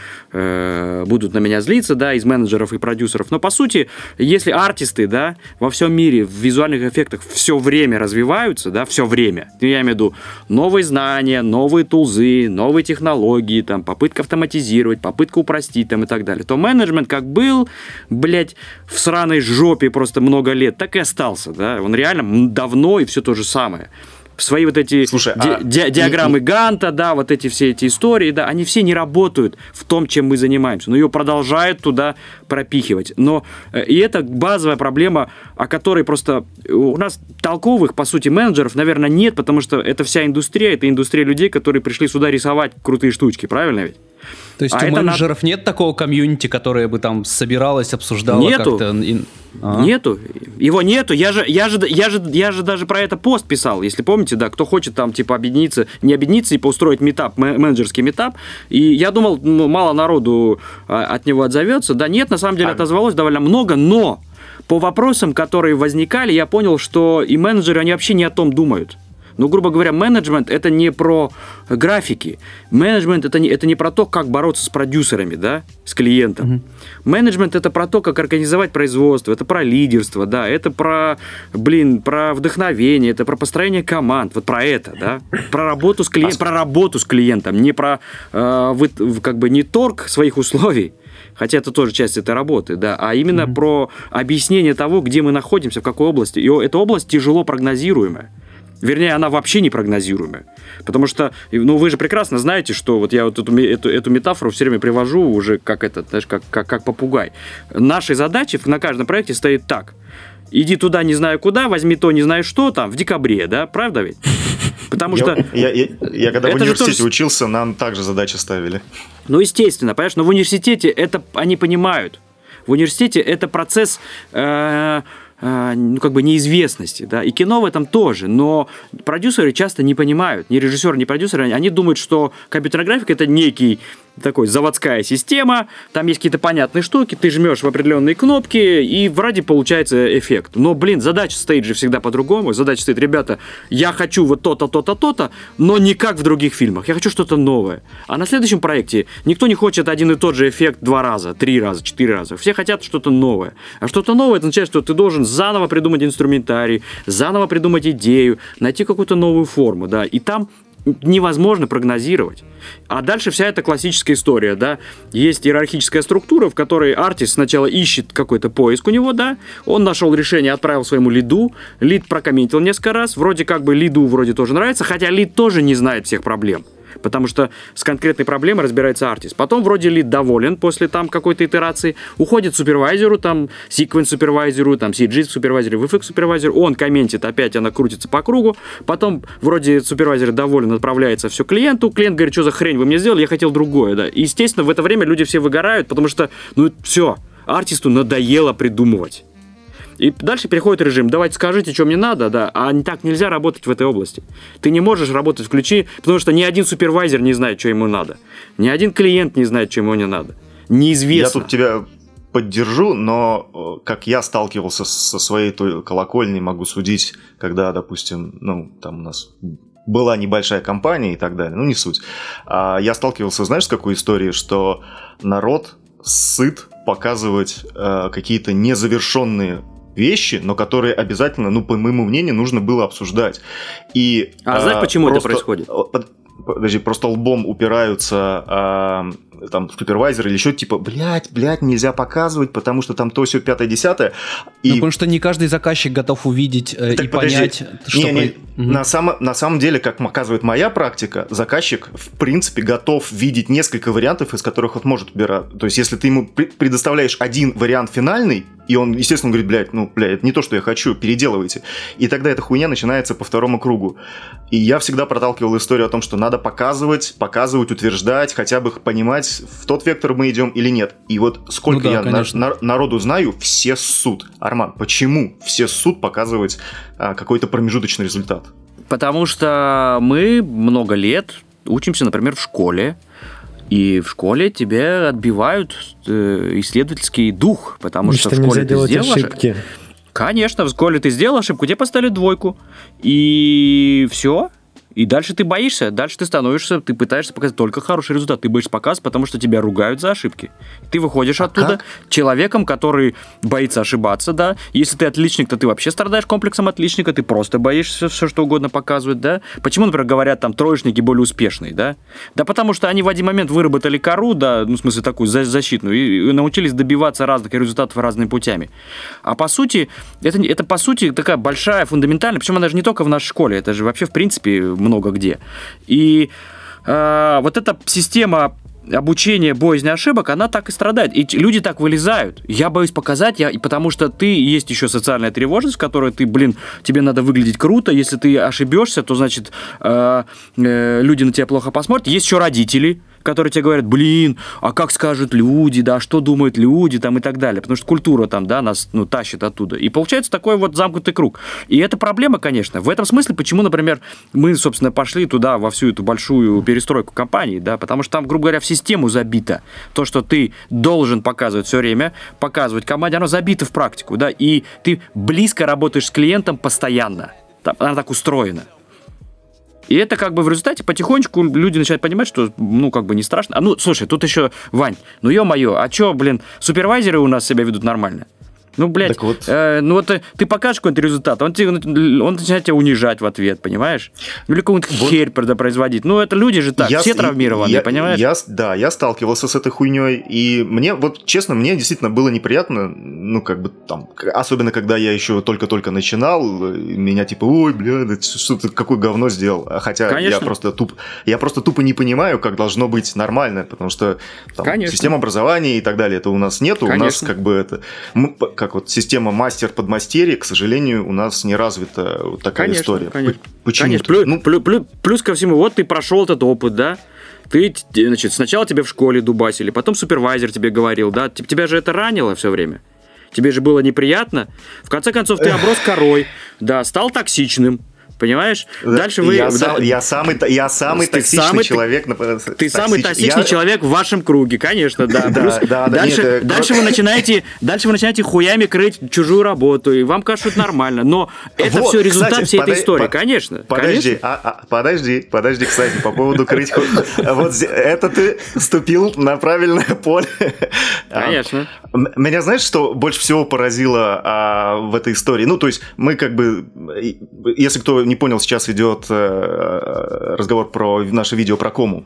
э, будут на меня злиться, да, из менеджеров и продюсеров, но, по сути, если артисты, да, во всем мире в визуальных эффектах все время развиваются, да, все время, я имею в виду новые знания, новые тулзы, новые технологии, там, попытка автоматизировать, попытка упростить, там, и так далее, то менеджмент как был, блядь, в сраной жопе просто много лет, так и остался, да, он реально давно и все то же самое. Свои вот эти
Слушай,
ди-
а...
ди- диаграммы Ганта, да, вот эти все эти истории, да, они все не работают в том, чем мы занимаемся, но ее продолжают туда пропихивать. Но и это базовая проблема, о которой просто у нас толковых, по сути, менеджеров, наверное, нет, потому что это вся индустрия, это индустрия людей, которые пришли сюда рисовать крутые штучки, правильно ведь?
То есть
а
у менеджеров
на...
нет такого комьюнити, которое бы там собиралось, обсуждало
нету.
как-то? А.
Нету. Его нету. Я же, я, же, я, же, я же даже про это пост писал, если помните, да, кто хочет там типа объединиться, не объединиться и поустроить метап, менеджерский метап. И я думал, ну, мало народу от него отзовется. Да нет, на самом деле а. отозвалось довольно много, но по вопросам, которые возникали, я понял, что и менеджеры, они вообще не о том думают. Ну, грубо говоря, менеджмент – это не про графики. Менеджмент – это не, это не про то, как бороться с продюсерами, да, с клиентом. Mm-hmm. Менеджмент – это про то, как организовать производство, это про лидерство, да, это про, блин, про вдохновение, это про построение команд, вот про это, да, про работу с клиентом, про работу с клиентом, не про, э, вы, как бы, не торг своих условий, хотя это тоже часть этой работы, да, а именно mm-hmm. про объяснение того, где мы находимся, в какой области. И эта область тяжело прогнозируемая. Вернее, она вообще не прогнозируемая. Потому что, ну, вы же прекрасно знаете, что вот я вот эту, эту, эту метафору все время привожу уже как это, знаешь, как, как, как попугай. Нашей задачей на каждом проекте стоит так. Иди туда, не знаю куда, возьми то, не знаю что, там, в декабре, да, правда ведь? Потому
я,
что...
Я, я, я когда в университете
тоже...
учился, нам также задачи ставили.
Ну, естественно, понимаешь, но в университете это они понимают. В университете это процесс... Э- ну, как бы неизвестности, да, и кино в этом тоже, но продюсеры часто не понимают, ни режиссеры, ни продюсеры, они думают, что компьютерная графика – это некий такой заводская система, там есть какие-то понятные штуки, ты жмешь в определенные кнопки, и вроде получается эффект. Но, блин, задача стоит же всегда по-другому. Задача стоит, ребята, я хочу вот то-то, то-то, то-то, но не как в других фильмах. Я хочу что-то новое. А на следующем проекте никто не хочет один и тот же эффект два раза, три раза, четыре раза. Все хотят что-то новое. А что-то новое, это означает, что ты должен заново придумать инструментарий, заново придумать идею, найти какую-то новую форму, да, и там невозможно прогнозировать. А дальше вся эта классическая история, да. Есть иерархическая структура, в которой артист сначала ищет какой-то поиск у него, да. Он нашел решение, отправил своему лиду. Лид прокомментил несколько раз. Вроде как бы лиду вроде тоже нравится, хотя лид тоже не знает всех проблем. Потому что с конкретной проблемой разбирается артист. Потом вроде лид доволен после там какой-то итерации, уходит супервайзеру, там, секвенс супервайзеру, там, си джи супервайзеру, ви эф икс супервайзеру, он комментит, опять она крутится по кругу, потом вроде супервайзер доволен, отправляется все клиенту, клиент говорит, что за хрень вы мне сделали, я хотел другое, да. И, естественно, в это время люди все выгорают, потому что, ну, все, артисту надоело придумывать. И дальше переходит режим. Давайте скажите, что мне надо, да. А так нельзя работать в этой области. Ты не можешь работать в ключи, потому что ни один супервайзер не знает, что ему надо. Ни один клиент не знает, что ему не надо. Неизвестно.
Я тут тебя поддержу, но как я сталкивался со своей той колокольней, могу судить, когда, допустим, ну, там у нас была небольшая компания и так далее, ну, не суть. А я сталкивался, знаешь, с какой историей, что народ сыт показывать э, какие-то незавершенные вещи, но которые обязательно, ну, по моему мнению, нужно было обсуждать. И,
а знаешь, почему
просто,
это происходит?
Подожди, просто лбом упираются а, там супервайзеры или еще типа, блядь, блядь, нельзя показывать, потому что там то, сё, пятое, десятое. И...
Ну, потому что не каждый заказчик готов увидеть э, и подожди. понять, что...
Не, не, угу. на, само, на самом деле, как показывает моя практика, заказчик, в принципе, готов видеть несколько вариантов, из которых он может убирать. То есть, если ты ему предоставляешь один вариант финальный, и он, естественно, говорит, блядь, ну, блядь, это не то, что я хочу, переделывайте. И тогда эта хуйня начинается по второму кругу. И я всегда проталкивал историю о том, что надо показывать, показывать, утверждать, хотя бы понимать, в тот вектор мы идем или нет. И вот сколько ну да, я на, на, народу знаю, все ссут. Арман, почему все ссут показывать а, какой-то промежуточный результат?
Потому что мы много лет учимся, например, в школе, И в школе тебе отбивают э, исследовательский дух, потому
И
что,
что
в школе
нельзя
ты
делать
сделал
ошибки.
ошибку. Конечно, в школе ты сделал ошибку, тебе поставили двойку. И все. И дальше ты боишься, дальше ты становишься, ты пытаешься показать только хороший результат. Ты боишься показывать, потому что тебя ругают за ошибки. Ты выходишь
А
оттуда
как?
человеком, который боится ошибаться, да. Если ты отличник, то ты вообще страдаешь комплексом отличника, ты просто боишься все, что угодно показывать, да. Почему, например, говорят там троечники более успешные, да? Да потому что они в один момент выработали кору, да, ну, в смысле такую защитную, и научились добиваться разных результатов разными путями. А по сути, это, это по сути такая большая, фундаментальная, причем она же не только в нашей школе, это же вообще в принципе много где. И э, вот эта система обучения боязни ошибок, она так и страдает. И люди так вылезают. Я боюсь показать, я, потому что ты, есть еще социальная тревожность, в которой ты, блин, тебе надо выглядеть круто. Если ты ошибешься, то, значит, э, э, люди на тебя плохо посмотрят. Есть еще родители, которые тебе говорят, блин, а как скажут люди, да, что думают люди, там, и так далее. Потому что культура там, да, нас, ну, тащит оттуда. И получается такой вот замкнутый круг. И это проблема, конечно. В этом смысле, почему, например, мы, собственно, пошли туда, во всю эту большую перестройку компании, да, потому что там, грубо говоря, в систему забито. То, что ты должен показывать все время, показывать команде, оно забито в практику, да, и ты близко работаешь с клиентом постоянно. Там, она так устроена. И это как бы в результате потихонечку люди начинают понимать, что, ну, как бы не страшно. А ну, слушай, тут еще, Вань, ну, ё-моё, а чё, блин, супервайзеры у нас себя ведут нормально? Ну, блядь,
вот.
э, ну вот ты, ты покажешь какой-нибудь результат, он, тебе, он начинает тебя унижать в ответ, понимаешь? Или какую-нибудь вот. херь производить. Ну, это люди же так, я, все травмированные,
я,
понимаешь?
Я, да, я сталкивался с этой хуйней, и мне, вот честно, мне действительно было неприятно, ну, как бы там, особенно когда я еще только-только начинал, меня типа, ой, бля, что ты, какое говно сделал. Хотя Конечно. я просто, туп, я просто тупо не понимаю, как должно быть нормально, потому что там, система образования и так далее, это у нас нету, Конечно. у нас как бы это... Мы, как вот система мастер-подмастерье, к сожалению, у нас не развита вот такая
конечно,
история.
Конечно,
Почему?
Конечно. Плюс, ну, плюс, плюс, плюс ко всему, вот ты прошел этот опыт, да? Ты, значит, сначала тебя в школе дубасили, потом супервайзер тебе говорил, да? Тебя же это ранило все время. Тебе же было неприятно. В конце концов, ты оброс корой, да, стал токсичным. Понимаешь?
Да,
Дальше вы...
Я,
да,
сам, я самый, я самый токсичный
самый,
человек.
Ты
токсич...
самый токсичный
я...
человек в вашем круге, конечно, да. Плюс
да, да,
дальше,
нет,
дальше,
это...
вы начинаете, дальше вы начинаете хуями крыть чужую работу, и вам кажется, что это нормально. Но это
вот,
все результат
кстати,
всей
подай,
этой истории,
по...
конечно.
Подожди,
конечно.
А, а, подожди, подожди, кстати, по поводу крыть. Вот это ты ступил на правильное поле.
Конечно.
Меня, знаешь, что больше всего поразило а, в этой истории? Ну, то есть, мы как бы, если кто не понял, сейчас идет разговор про наше видео про кому.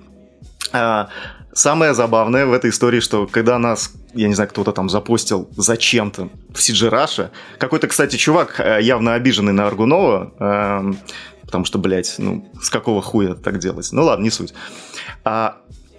А, самое забавное в этой истории, что когда нас, я не знаю, кто-то там запостил зачем-то в си джи Russia, какой-то, кстати, чувак, явно обиженный на Аргунова, а, потому что, блядь, ну, с какого хуя так делать? Ну, ладно, не суть. А,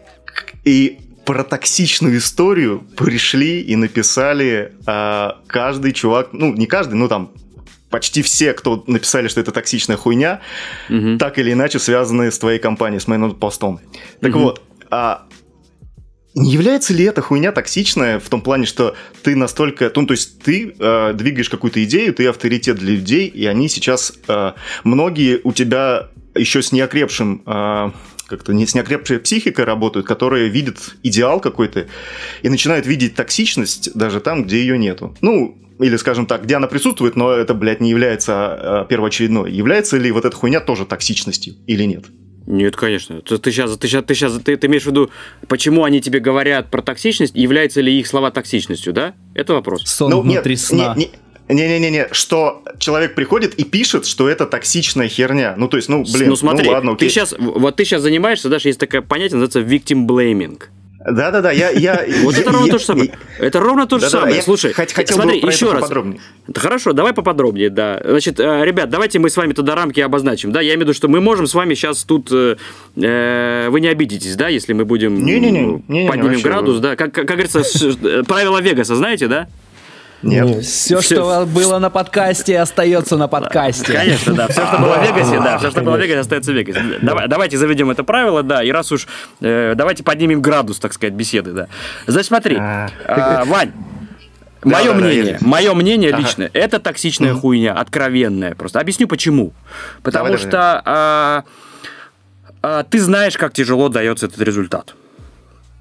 и про токсичную историю пришли и написали а, каждый чувак, ну, не каждый, ну, там, почти все, кто написали, что это токсичная хуйня, угу. так или иначе связаны с твоей компанией, с моим постом. Так угу. вот, а не является ли эта хуйня токсичная в том плане, что ты настолько... Ну, то есть ты э, двигаешь какую-то идею, ты авторитет для людей, и они сейчас... Э, многие у тебя еще с неокрепшим... Э, как-то не с неокрепшей психикой работают, которые видят идеал какой-то и начинают видеть токсичность даже там, где ее нету. Ну, или, скажем так, где она присутствует, но это, блядь, не является первоочередной. Является ли вот эта хуйня тоже токсичностью или нет?
Нет, конечно. Ты, ты сейчас, ты сейчас, ты сейчас, ты, ты имеешь в виду, почему они тебе говорят про токсичность, являются ли их слова токсичностью, да? Это вопрос.
Сон
ну,
внутри
нет,
сна.
Не, не, Не-не-не, что человек приходит и пишет, что это токсичная херня. Ну, то есть, ну, блин,
ну, смотри,
ну ладно, окей.
Ты сейчас, вот ты сейчас занимаешься, даже есть такое понятие, называется victim blaming.
Да-да-да, я... я
вот это ровно то же самое. Это ровно то же самое. Слушай, смотри, еще раз. Хорошо, давай поподробнее, да. Значит, ребят, давайте мы с вами туда рамки обозначим, да, я имею в виду, что мы можем с вами сейчас тут... Вы не обидитесь, да, если мы будем... Поднимем градус, да. Как говорится, правила Вегаса, знаете, да?
Нет.
Все, все, что было на подкасте, остается на подкасте.
Конечно, да. Все, что было в Вегасе, да. Все, что было в Вегасе, остается в Вегасе. Давай, давайте заведем это правило, да. И раз уж э, давайте поднимем градус, так сказать, беседы, да. Значит, смотри, а, Вань. Да, мое да, мнение, да, мое мнение ага. личное, это токсичная mm-hmm. хуйня, откровенная просто. Объясню почему. Потому давай, что давай. А, а, ты знаешь, как тяжело дается этот результат.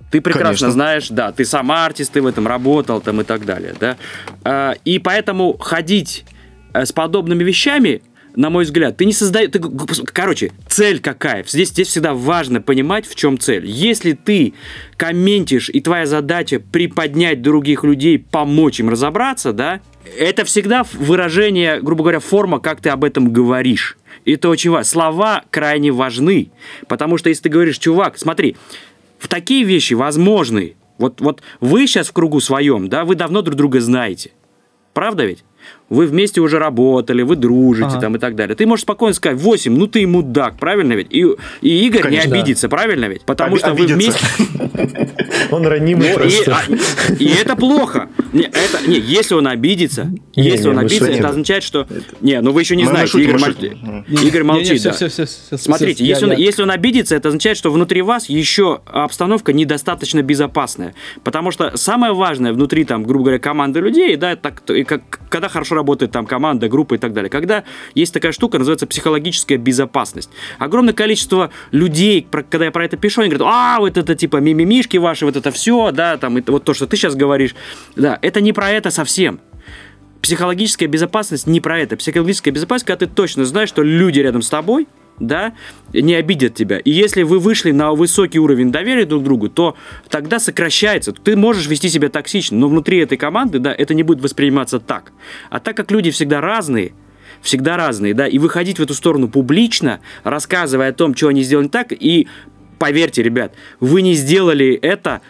Ты прекрасно
Конечно.
знаешь, да, ты сам артист, ты в этом работал там и так далее, да. И поэтому ходить с подобными вещами, на мой взгляд, ты не создаешь... Ты, короче, цель какая? Здесь, здесь всегда важно понимать, в чем цель. Если ты комментишь, и твоя задача приподнять других людей, помочь им разобраться, да, это всегда выражение, грубо говоря, форма, как ты об этом говоришь. И это очень важно. Слова крайне важны, потому что если ты говоришь, чувак, смотри, в такие вещи возможны. Вот, вот вы сейчас в кругу своем, да, вы давно друг друга знаете. Правда ведь? Вы вместе уже работали, вы дружите ага. там и так далее. Ты можешь спокойно сказать, восемь, ну ты мудак, правильно ведь? И, и Игорь Конечно, не обидится, да. правильно ведь? Потому Об, что обидится. Вы вместе...
Он ранимый просто.
И, и это плохо. Не, это, не, если он обидится, не, если не, он обидится, это означает, что... Это... Не, ну вы еще не мы знаете, Игорь, шутим, мол... Игорь молчит. Не, не, все, да. все, все, все, Смотрите, все, если, я, он, я... если он обидится, это означает, что внутри вас еще обстановка недостаточно безопасная. Потому что самое важное внутри, там, грубо говоря, команды людей, да, это так, и как, когда хорошо работает там команда, группа и так далее, когда есть такая штука, называется психологическая безопасность. Огромное количество людей, когда я про это пишу, они говорят, а, вот это типа мимимишки ваши, вот это все, да, там, это, вот то, что ты сейчас говоришь, да, это не про это совсем. Психологическая безопасность не про это. Психологическая безопасность, когда ты точно знаешь, что люди рядом с тобой, да, не обидят тебя. И если вы вышли на высокий уровень доверия друг к другу, то тогда сокращается. Ты можешь вести себя токсично, но внутри этой команды, да, это не будет восприниматься так. А так как люди всегда разные, всегда разные, да, и выходить в эту сторону публично, рассказывая о том, что они сделали так, и поверьте, ребят, вы не сделали это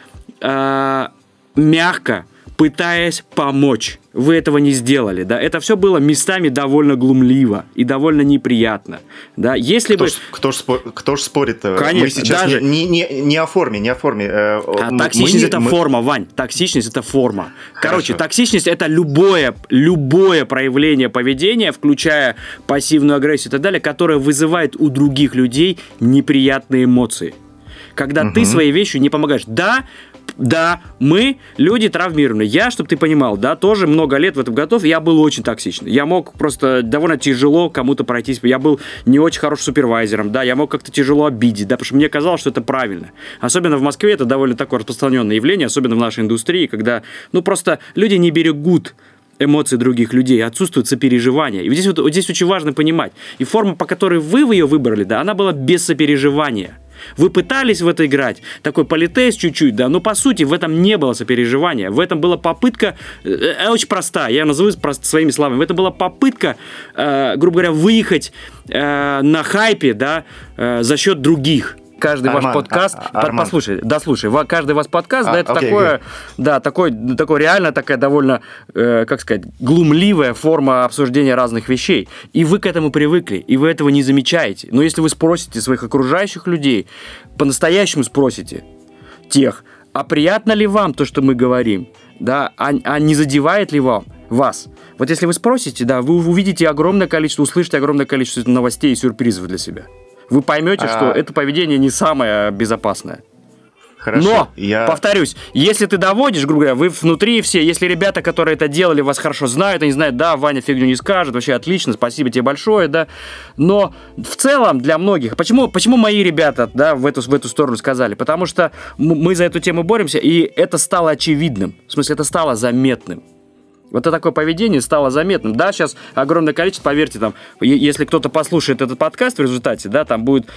э, мягко, пытаясь помочь. Вы этого не сделали, да? Это все было местами довольно глумливо и довольно неприятно, да? Если
кто
бы...
Ж, кто, ж спор... кто ж спорит-то?
Конечно,
мы сейчас
даже...
не, не, не о форме, не о форме.
А мы, токсичность мы... это мы... форма, Вань. Токсичность это форма. Короче,
Хорошо.
Токсичность это любое, любое проявление поведения, включая пассивную агрессию и так далее, которое вызывает у других людей неприятные эмоции. Когда угу. ты своей вещью не помогаешь. Да, Да, мы люди травмированные. Я, чтобы ты понимал, да, тоже много лет в этом готов. Я был очень токсичный. Я мог просто довольно тяжело кому-то пройтись. Я был не очень хорошим супервайзером, да, я мог как-то тяжело обидеть, да, потому что мне казалось, что это правильно. Особенно в Москве это довольно такое распространенное явление, особенно в нашей индустрии, когда, ну, просто люди не берегут эмоции других людей, отсутствует сопереживание. И вот здесь, вот, вот здесь очень важно понимать. И форма, по которой вы ее выбрали, да, она была без сопереживания. Вы пытались в это играть, такой политез чуть-чуть, да, но по сути в этом не было сопереживания, в этом была попытка, э, очень простая, я назову просто своими словами, в этом была попытка, э, грубо говоря, выехать э, на хайпе, да, э, за счет других. Каждый Арман, ваш подкаст, а, под, послушай, да, слушай, каждый ваш подкаст, а, да, это окей, такое, окей. да, такой, такой реально такая довольно, э, как сказать, глумливая форма обсуждения разных вещей. И вы к этому привыкли, и вы этого не замечаете. Но если вы спросите своих окружающих людей, по-настоящему спросите тех, а приятно ли вам то, что мы говорим, да, а, а не задевает ли вам вас? Вот если вы спросите, да, вы увидите огромное количество, услышите огромное количество новостей и сюрпризов для себя. Вы поймете, а... что это поведение не самое безопасное.
Хорошо.
Но,
я...
повторюсь, если ты доводишь, грубо говоря, вы внутри все, если ребята, которые это делали, вас хорошо знают, они знают, да, Ваня фигню не скажет, вообще отлично, спасибо тебе большое, да. Но в целом для многих, почему, почему мои ребята, да, в эту, в эту сторону сказали? Потому что мы за эту тему боремся, и это стало очевидным. В смысле, это стало заметным. Вот это такое поведение стало заметным. Да, сейчас огромное количество, поверьте, там, если кто-то послушает этот подкаст в результате, да, там будет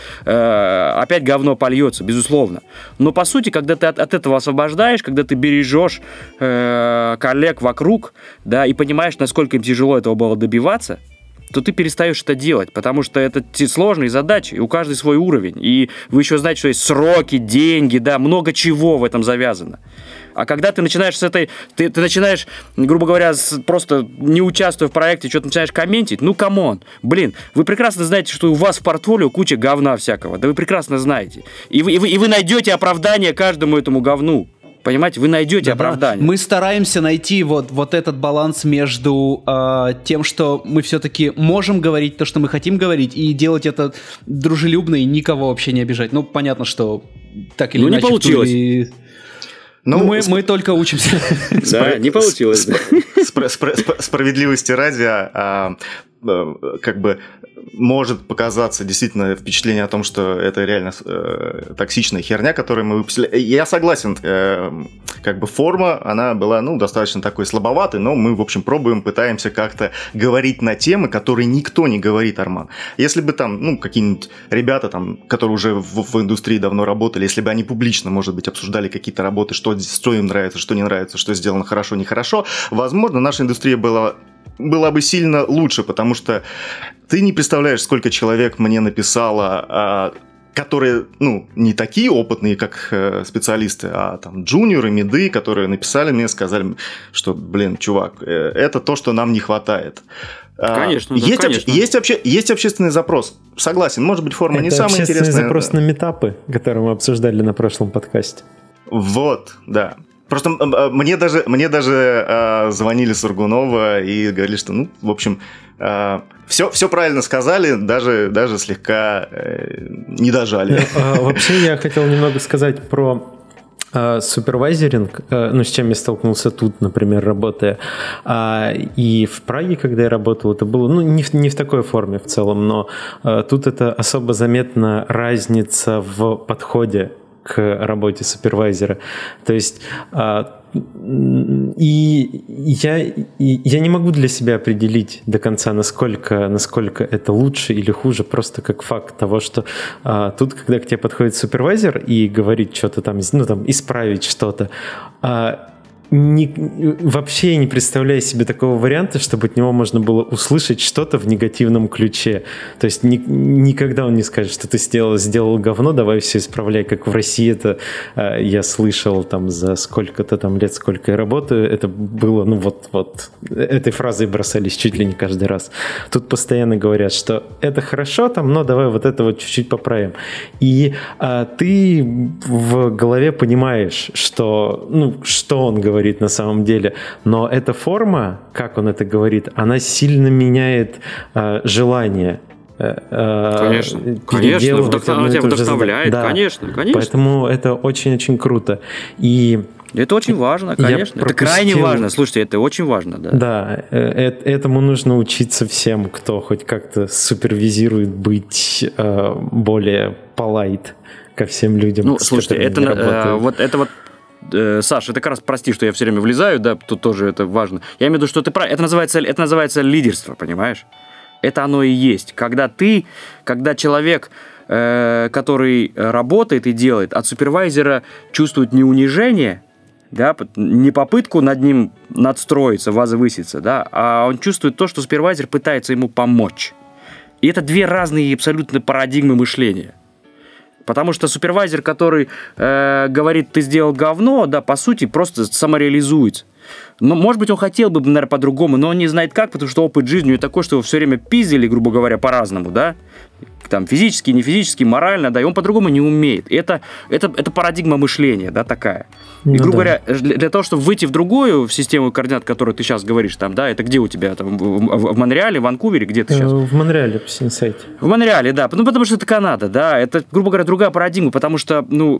э, опять говно польется, безусловно. Но по сути, когда ты от, от этого освобождаешь, когда ты бережешь э, коллег вокруг, да, и понимаешь, насколько им тяжело этого было добиваться, то ты перестаешь это делать, потому что это сложные задачи, и у каждой свой уровень. И вы еще знаете, что есть сроки, деньги, да, много чего в этом завязано. А когда ты начинаешь с этой... Ты, ты начинаешь, грубо говоря, с, просто не участвуя в проекте, что-то начинаешь комментить, ну, камон. Блин, вы прекрасно знаете, что у вас в портфолио куча говна всякого. Да вы прекрасно знаете. И вы, и вы, и вы найдете оправдание каждому этому говну. Понимаете, вы найдете да, оправдание.
Мы стараемся найти вот, вот этот баланс между э, тем, что мы все-таки можем говорить то, что мы хотим говорить, и делать это дружелюбно и никого вообще не обижать. Ну, понятно, что так или
ну,
иначе...
Ну, не получилось.
И... Ну, мы, сп... мы только учимся.
Да, не получилось.
Справедливости ради, как бы может показаться действительно впечатление о том, что это реально э, токсичная херня, которую мы выпустили. Я согласен, э, как бы форма, она была, ну, достаточно такой слабоватой, но мы, в общем, пробуем, пытаемся как-то говорить на темы, которые никто не говорит, Арман. Если бы там, ну, какие-нибудь ребята, там, которые уже в, в индустрии давно работали, если бы они публично, может быть, обсуждали какие-то работы, что, что им нравится, что не нравится, что сделано хорошо, нехорошо, возможно, наша индустрия была... была бы сильно лучше, потому что ты не представляешь, сколько человек мне написало, а, которые, ну, не такие опытные, как э, специалисты, а там джуниоры, миды, которые написали мне, сказали, что, блин, чувак, э, это то, что нам не хватает.
Конечно,
есть,
да, конечно.
Обще, есть, вообще, есть общественный запрос. Согласен, может быть, форма
это
не самая интересная.
Это общественный запрос на митапы, который мы обсуждали на прошлом подкасте.
Вот, да. Просто мне даже, мне даже э, звонили Сургунова и говорили, что, ну, в общем, э, все, все правильно сказали, даже, даже слегка э, не дожали.
Вообще я хотел немного сказать про супервайзеринг, ну, с чем я столкнулся тут, например, работая. И в Праге, когда я работал, это было, ну, не в, не в такой форме в целом, но тут это особо заметна разница в подходе к работе супервайзера. То есть и я, и я не могу для себя определить до конца, насколько, насколько это лучше или хуже, просто как факт того, что а, тут, когда к тебе подходит супервайзер и говорит что-то там, ну там, исправить что-то, а, не, вообще не представляю себе такого варианта, чтобы от него можно было услышать что-то в негативном ключе. То есть ни, никогда он не скажет, что ты сделал, сделал говно, давай все исправляй, как в России это э, я слышал там за сколько-то там лет, сколько я работаю, это было, ну вот, вот, этой фразой бросались чуть ли не каждый раз. Тут постоянно говорят, что это хорошо там, но давай вот это вот чуть-чуть поправим. И э, ты в голове понимаешь, что, ну, что он говорит на самом деле, но эта форма, как он это говорит, она сильно меняет э, желание. Э,
конечно, конечно, вдохнов... она тебя вдохновляет, да, конечно, конечно.
Поэтому это очень-очень круто. И
это очень важно, конечно.
пропустил...
Это крайне важно. Слушайте, это очень важно, да.
Да, э- этому нужно учиться всем, кто хоть как-то супервизирует, быть э, более polite ко всем людям.
Ну, слушайте, это, э, вот, это вот Саш, это как раз, прости, что я все время влезаю, да, тут тоже это важно. Я имею в виду, что ты прав. Это называется, это называется лидерство, понимаешь? Это оно и есть. Когда ты, когда человек, э, который работает и делает, от супервайзера чувствует не унижение, да, не попытку над ним надстроиться, возвыситься, да, а он чувствует то, что супервайзер пытается ему помочь. И это две разные абсолютно парадигмы мышления. Потому что супервайзер, который э, говорит, ты сделал говно, да, по сути, просто самореализуется. Но, может быть, он хотел бы, наверное, по-другому, но он не знает как, потому что опыт жизни у него такой, что его все время пиздили, грубо говоря, по-разному, да, там, физически, не физически, морально, да, и он по-другому не умеет. Это, это, это парадигма мышления, да, такая. И, грубо ну, да. говоря, для, для того, чтобы выйти в другую в систему координат, которую ты сейчас говоришь, там, да, это где у тебя, там, в, в Монреале, в Ванкувере, где ты сейчас?
В Монреале, в Синсайте.
В Монреале, да, ну, потому что это Канада, да, это, грубо говоря, другая парадигма, потому что, ну,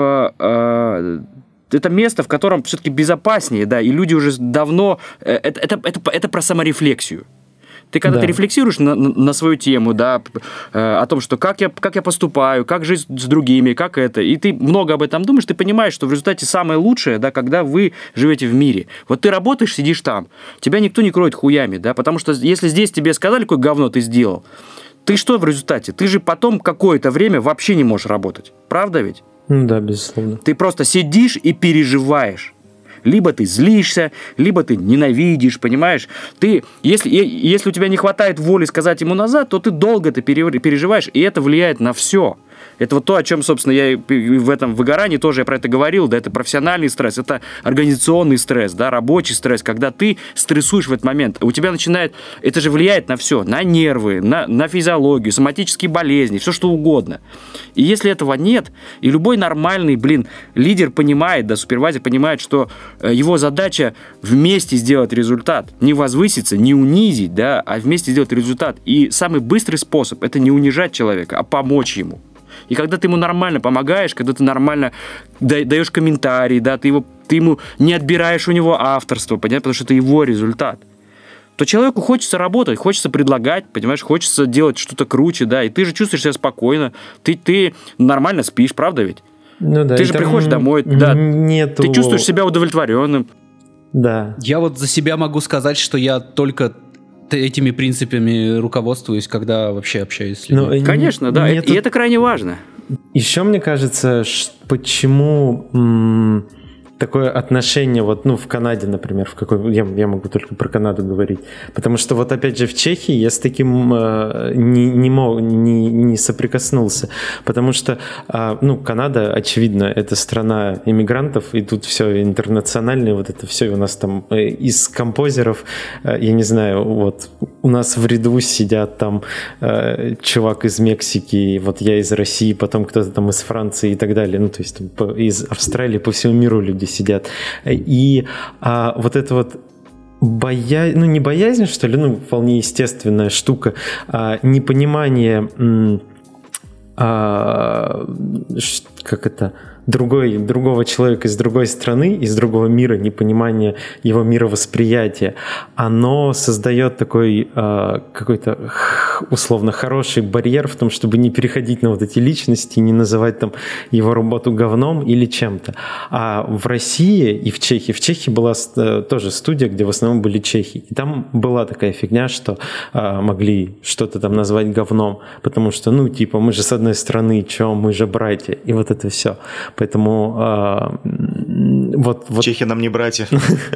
это место, в котором все-таки безопаснее, да, и люди уже давно, это, это, это, это про саморефлексию. Ты когда да. ты рефлексируешь на, на свою тему, да, о том, что как я, как я поступаю, как жить с другими, как это, и ты много об этом думаешь, ты понимаешь, что в результате самое лучшее, да, когда вы живете в мире. Вот ты работаешь, сидишь там, тебя никто не кроет хуями, да, потому что если здесь тебе сказали, какое говно ты сделал, ты что в результате? Ты же потом какое-то время вообще не можешь работать. Правда ведь?
Да, безусловно.
Ты просто сидишь и переживаешь. Либо ты злишься, либо ты ненавидишь, понимаешь? Ты, если, если у тебя не хватает воли сказать ему назад, то ты долго это переживаешь, и это влияет на все. Это вот то, о чем, собственно, я в этом выгорании тоже я про это говорил, да, это профессиональный стресс, это организационный стресс, да, рабочий стресс, когда ты стрессуешь в этот момент, у тебя начинает, это же влияет на все, на нервы, на, на физиологию, соматические болезни, все что угодно. И если этого нет, и любой нормальный, блин, лидер понимает, да, супервайзер понимает, что его задача вместе сделать результат, не возвыситься, не унизить, да, а вместе сделать результат. И самый быстрый способ – это не унижать человека, а помочь ему. И когда ты ему нормально помогаешь, когда ты нормально даешь комментарии, да, ты, его, ты ему не отбираешь у него авторство, понятно, потому что это его результат, то человеку хочется работать, хочется предлагать, понимаешь, хочется делать что-то круче, да, и ты же чувствуешь себя спокойно, ты, ты нормально спишь, правда ведь?
Ну, да,
ты же приходишь домой, да,
нету...
ты чувствуешь себя удовлетворенным.
Да.
Я вот за себя могу сказать, что я только этими принципами руководствуюсь, когда вообще общаюсь с людьми.
Но, Конечно, да, нету... и это крайне важно.
Еще мне кажется, почему... М- такое отношение, вот, ну, в Канаде, например, в какой, я, я могу только про Канаду говорить, потому что вот опять же в Чехии я с таким э, не, не, мог, не, не соприкоснулся, потому что, э, ну, Канада, очевидно, это страна иммигрантов, и тут все интернациональное, вот это все, и у нас там э, из композеров, э, я не знаю, вот, у нас в ряду сидят там э, чувак из Мексики, вот я из России, потом кто-то там из Франции и так далее, ну, то есть там, по, из Австралии, по всему миру люди сидят. И а, вот это вот боязнь, ну не боязнь, что ли, ну вполне естественная штука, а, непонимание, м, а, как это, другой, другого человека из другой страны, из другого мира, непонимание его мировосприятия, оно создает такой э, какой-то условно хороший барьер в том, чтобы не переходить на вот эти личности, не называть там его работу говном или чем-то. А в России и в Чехии, в Чехии была э, тоже студия, где в основном были чехи, и там была такая фигня, что э, могли что-то там назвать говном, потому что, ну, типа, мы же с одной стороны, чё, мы же братья, и вот это все. Поэтому а, вот, вот...
Чехи нам не братья.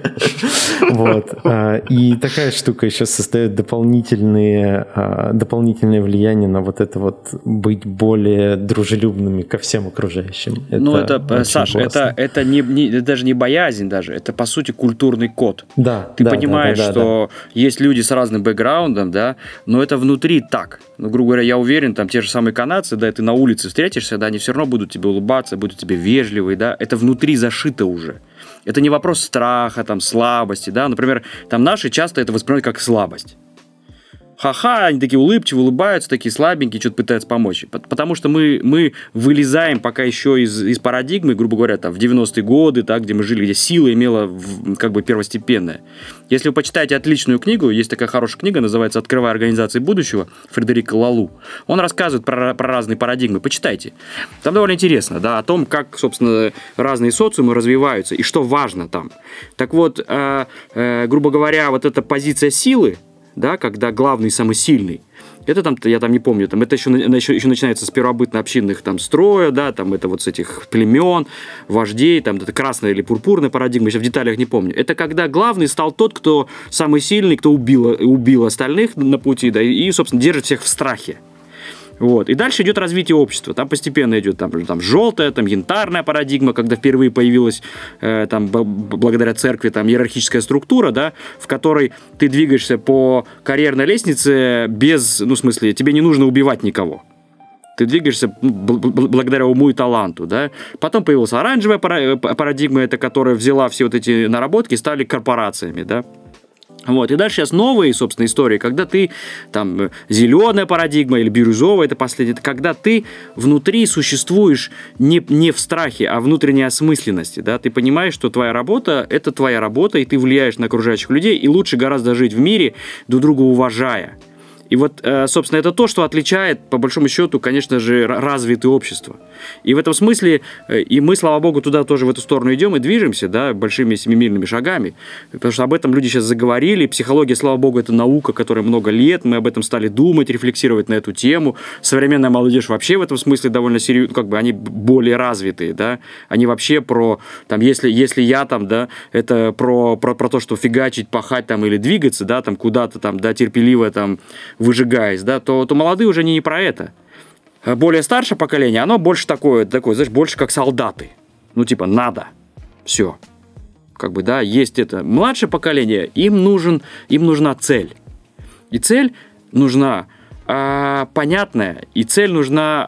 Вот. И такая штука еще создает дополнительные, дополнительное влияние на вот это вот быть более дружелюбными ко всем окружающим.
Ну, это, Саш, это, это, не, не, это даже не боязнь даже, это, по сути, культурный код.
Да.
Ты
да,
понимаешь,
да, да,
что
да.
есть люди с разным бэкграундом, да, но это внутри так. Ну, грубо говоря, я уверен, там те же самые канадцы, да, ты на улице встретишься, да, они все равно будут тебе улыбаться, будут тебе вежливые, да, это внутри зашито уже. Это не вопрос страха, там, слабости, да, например, там наши часто это воспринимают как слабость. Ха-ха, они такие улыбчивые, улыбаются, такие слабенькие, что-то пытаются помочь. Потому что мы, мы вылезаем пока еще из, из парадигмы, грубо говоря, там, в девяностые годы, так, где мы жили, где сила имела в, как бы первостепенная. Если вы почитаете отличную книгу, есть такая хорошая книга, называется «Открывая организации будущего» Фредерика Лалу. Он рассказывает про, про разные парадигмы, почитайте. Там довольно интересно, да, о том, как, собственно, разные социумы развиваются и что важно там. Так вот, э, э, грубо говоря, вот эта позиция силы, да, когда главный самый сильный, это там, я там не помню, там, это еще, еще, еще начинается с первобытно-общинных там строя, да, там это вот с этих племен, вождей, там это красная или пурпурная парадигма, еще в деталях не помню. Это когда главный стал тот, кто самый сильный, кто убил, убил остальных на пути, да, и, собственно, держит всех в страхе. Вот. И дальше идет развитие общества. Там постепенно идет там, там, желтая, там, янтарная парадигма, когда впервые появилась э, там, б- благодаря церкви там, иерархическая структура, да, в которой ты двигаешься по карьерной лестнице без, ну, в смысле, тебе не нужно убивать никого. Ты двигаешься б- б- благодаря уму и таланту. Да? Потом появилась оранжевая парадигма, это которая взяла все вот эти наработки и стали корпорациями, да. Вот. И дальше сейчас новые, собственно, истории, когда ты, там, зеленая парадигма или бирюзовая, это последняя, это когда ты внутри существуешь не, не в страхе, а внутренней осмысленности, да, ты понимаешь, что твоя работа – это твоя работа, и ты влияешь на окружающих людей, и лучше гораздо жить в мире, друг друга уважая. И вот, собственно, это то, что отличает, по большому счету, конечно же, развитые общества. И в этом смысле, и мы, слава богу, туда тоже в эту сторону идем и движемся, да, большими семимильными шагами, потому что об этом люди сейчас заговорили. Психология, слава богу, это наука, которая много лет, мы об этом стали думать, рефлексировать на эту тему. Современная молодежь вообще в этом смысле довольно серьезно, как бы они более развитые, да, они вообще про, там, если, если я там, да, это про, про, про то, что фигачить, пахать там или двигаться, да, там куда-то там, да, терпеливо там выжигаясь, да, то, то молодые уже не, не про это. Более старшее поколение, оно больше такое, такое, знаешь, больше как солдаты. Ну, типа, надо. Все. Как бы, да, есть это. Младшее поколение, им, нужен, им нужна цель. И цель нужна а, понятная, и цель нужна,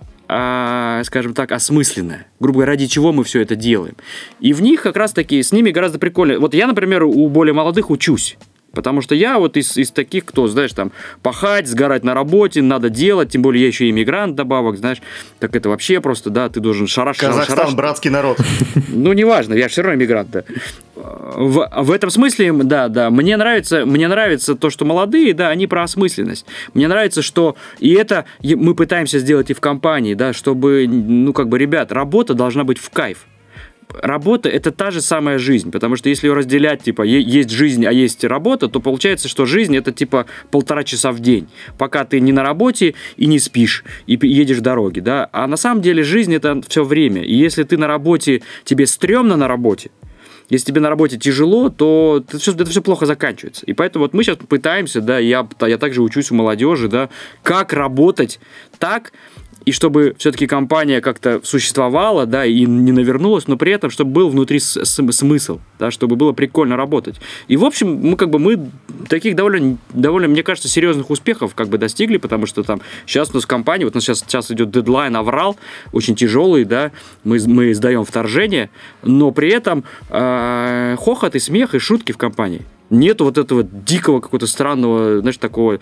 а, скажем так, осмысленная. Грубо говоря, ради чего мы все это делаем. И в них как раз-таки, с ними гораздо прикольнее. Вот я, например, у более молодых учусь. Потому что я вот из, из таких, кто, знаешь, там, пахать, сгорать на работе, надо делать, тем более я еще и иммигрант добавок, знаешь, так это вообще просто, да, ты должен шараш...
Казахстан,
шараш...
братский народ.
Ну, неважно, я же все равно иммигрант, да. в, в этом смысле, да, да, мне нравится, мне нравится то, что молодые, да, они про осмысленность. Мне нравится, что и это мы пытаемся сделать и в компании, да, чтобы, ну, как бы, ребят, работа должна быть в кайф. Работа – это та же самая жизнь, потому что если ее разделять, типа, есть жизнь, а есть работа, то получается, что жизнь – это, типа, полтора часа в день, пока ты не на работе и не спишь, и едешь в дороге, да, а на самом деле жизнь – это все время, и если ты на работе, тебе стрёмно на работе, если тебе на работе тяжело, то это все, это все плохо заканчивается. И поэтому вот мы сейчас пытаемся, да, я, я также учусь у молодежи, да, как работать так, и чтобы все-таки компания как-то существовала, да, и не навернулась, но при этом, чтобы был внутри с- с- смысл, да, чтобы было прикольно работать. И, в общем, мы как бы мы таких довольно, довольно, мне кажется, серьезных успехов как бы достигли, потому что там сейчас у нас в компании, вот у нас сейчас, сейчас идет дедлайн аврал, очень тяжелый, да, мы, мы сдаем вторжение, но при этом э, хохот и смех и шутки в компании. Нету вот этого дикого какого-то странного, знаешь, такого...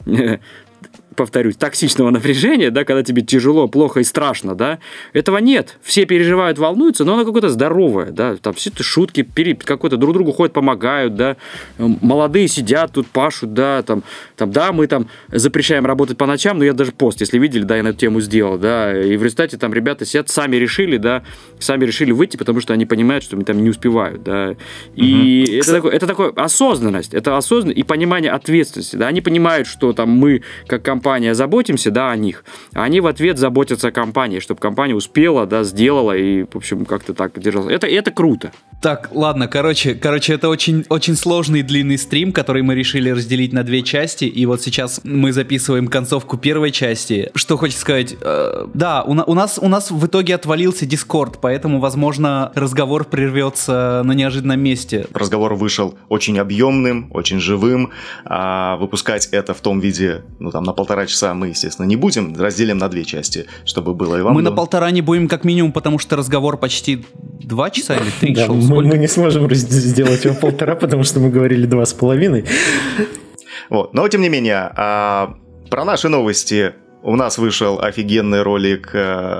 повторюсь, токсичного напряжения, да, когда тебе тяжело, плохо и страшно, да, этого нет. Все переживают, волнуются, но оно какое-то здоровое, да, там все это шутки, пере, какой-то друг другу ходят, помогают, да, молодые сидят тут, пашут, да, там, там, да, мы там запрещаем работать по ночам, но я даже пост, если видели, да, я на эту тему сделал, да, и в результате там ребята сидят, сами решили, да, сами решили выйти, потому что они понимают, что они там не успевают, да, и угу. это, такое, это такое осознанность, это осознанность и понимание ответственности, да, они понимают, что там мы, как компания, заботимся, да, о них, а они в ответ заботятся о компании, чтобы компания успела, да, сделала и, в общем, как-то так держалась. Это, это круто.
Так, ладно, короче, короче, это очень, очень сложный длинный стрим, который мы решили разделить на две части, и вот сейчас мы записываем концовку первой части. Что хочется сказать? Э, да, у, у, нас, у нас в итоге отвалился Discord, поэтому, возможно, разговор прервется на неожиданном месте.
Разговор вышел очень объемным, очень живым. А выпускать это в том виде, ну, там, на полтора часа мы, естественно, не будем. Разделим на две части, чтобы было и вам.
Мы на полтора не будем как минимум, потому что разговор почти два часа или три
да,
шел.
Мы, мы не сможем сделать его полтора, потому что мы говорили два с половиной.
Вот. Но, тем не менее, про наши новости. У нас вышел офигенный ролик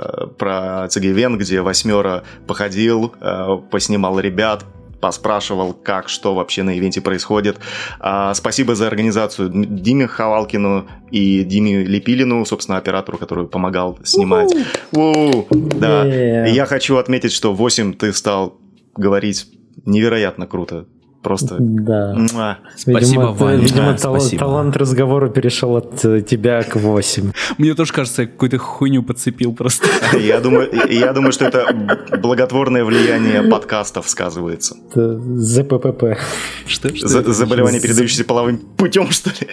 про Цигевен, где Восьмера походил, поснимал ребят, поспрашивал, как, что вообще на ивенте происходит. А, спасибо за организацию Диме Хавалкину и Диме Лепилину, собственно, оператору, который помогал снимать. У-у-у. Да. Yeah. И я хочу отметить, что восемь ты стал говорить невероятно круто. Просто.
Да.
Муа.
Спасибо,
видимо,
Ваня.
Видимо,
Да,
тал-
спасибо.
талант разговора перешел от тебя к восемь.
Мне тоже кажется, я какую-то хуйню подцепил просто.
Я думаю, я думаю, что это благотворное влияние подкастов сказывается.
Это ЗППП.
Что? Что
За-
это?
заболевание, передающееся половым путем, что ли?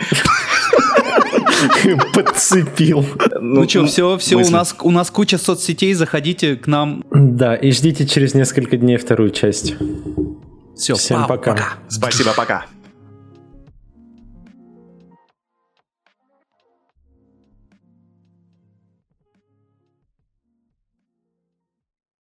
Подцепил.
Ну, ну что, все, все у нас, у нас куча соцсетей, заходите к нам.
Да, и ждите через несколько дней вторую часть.
Все,
всем
пока.
пока.
Спасибо, пока.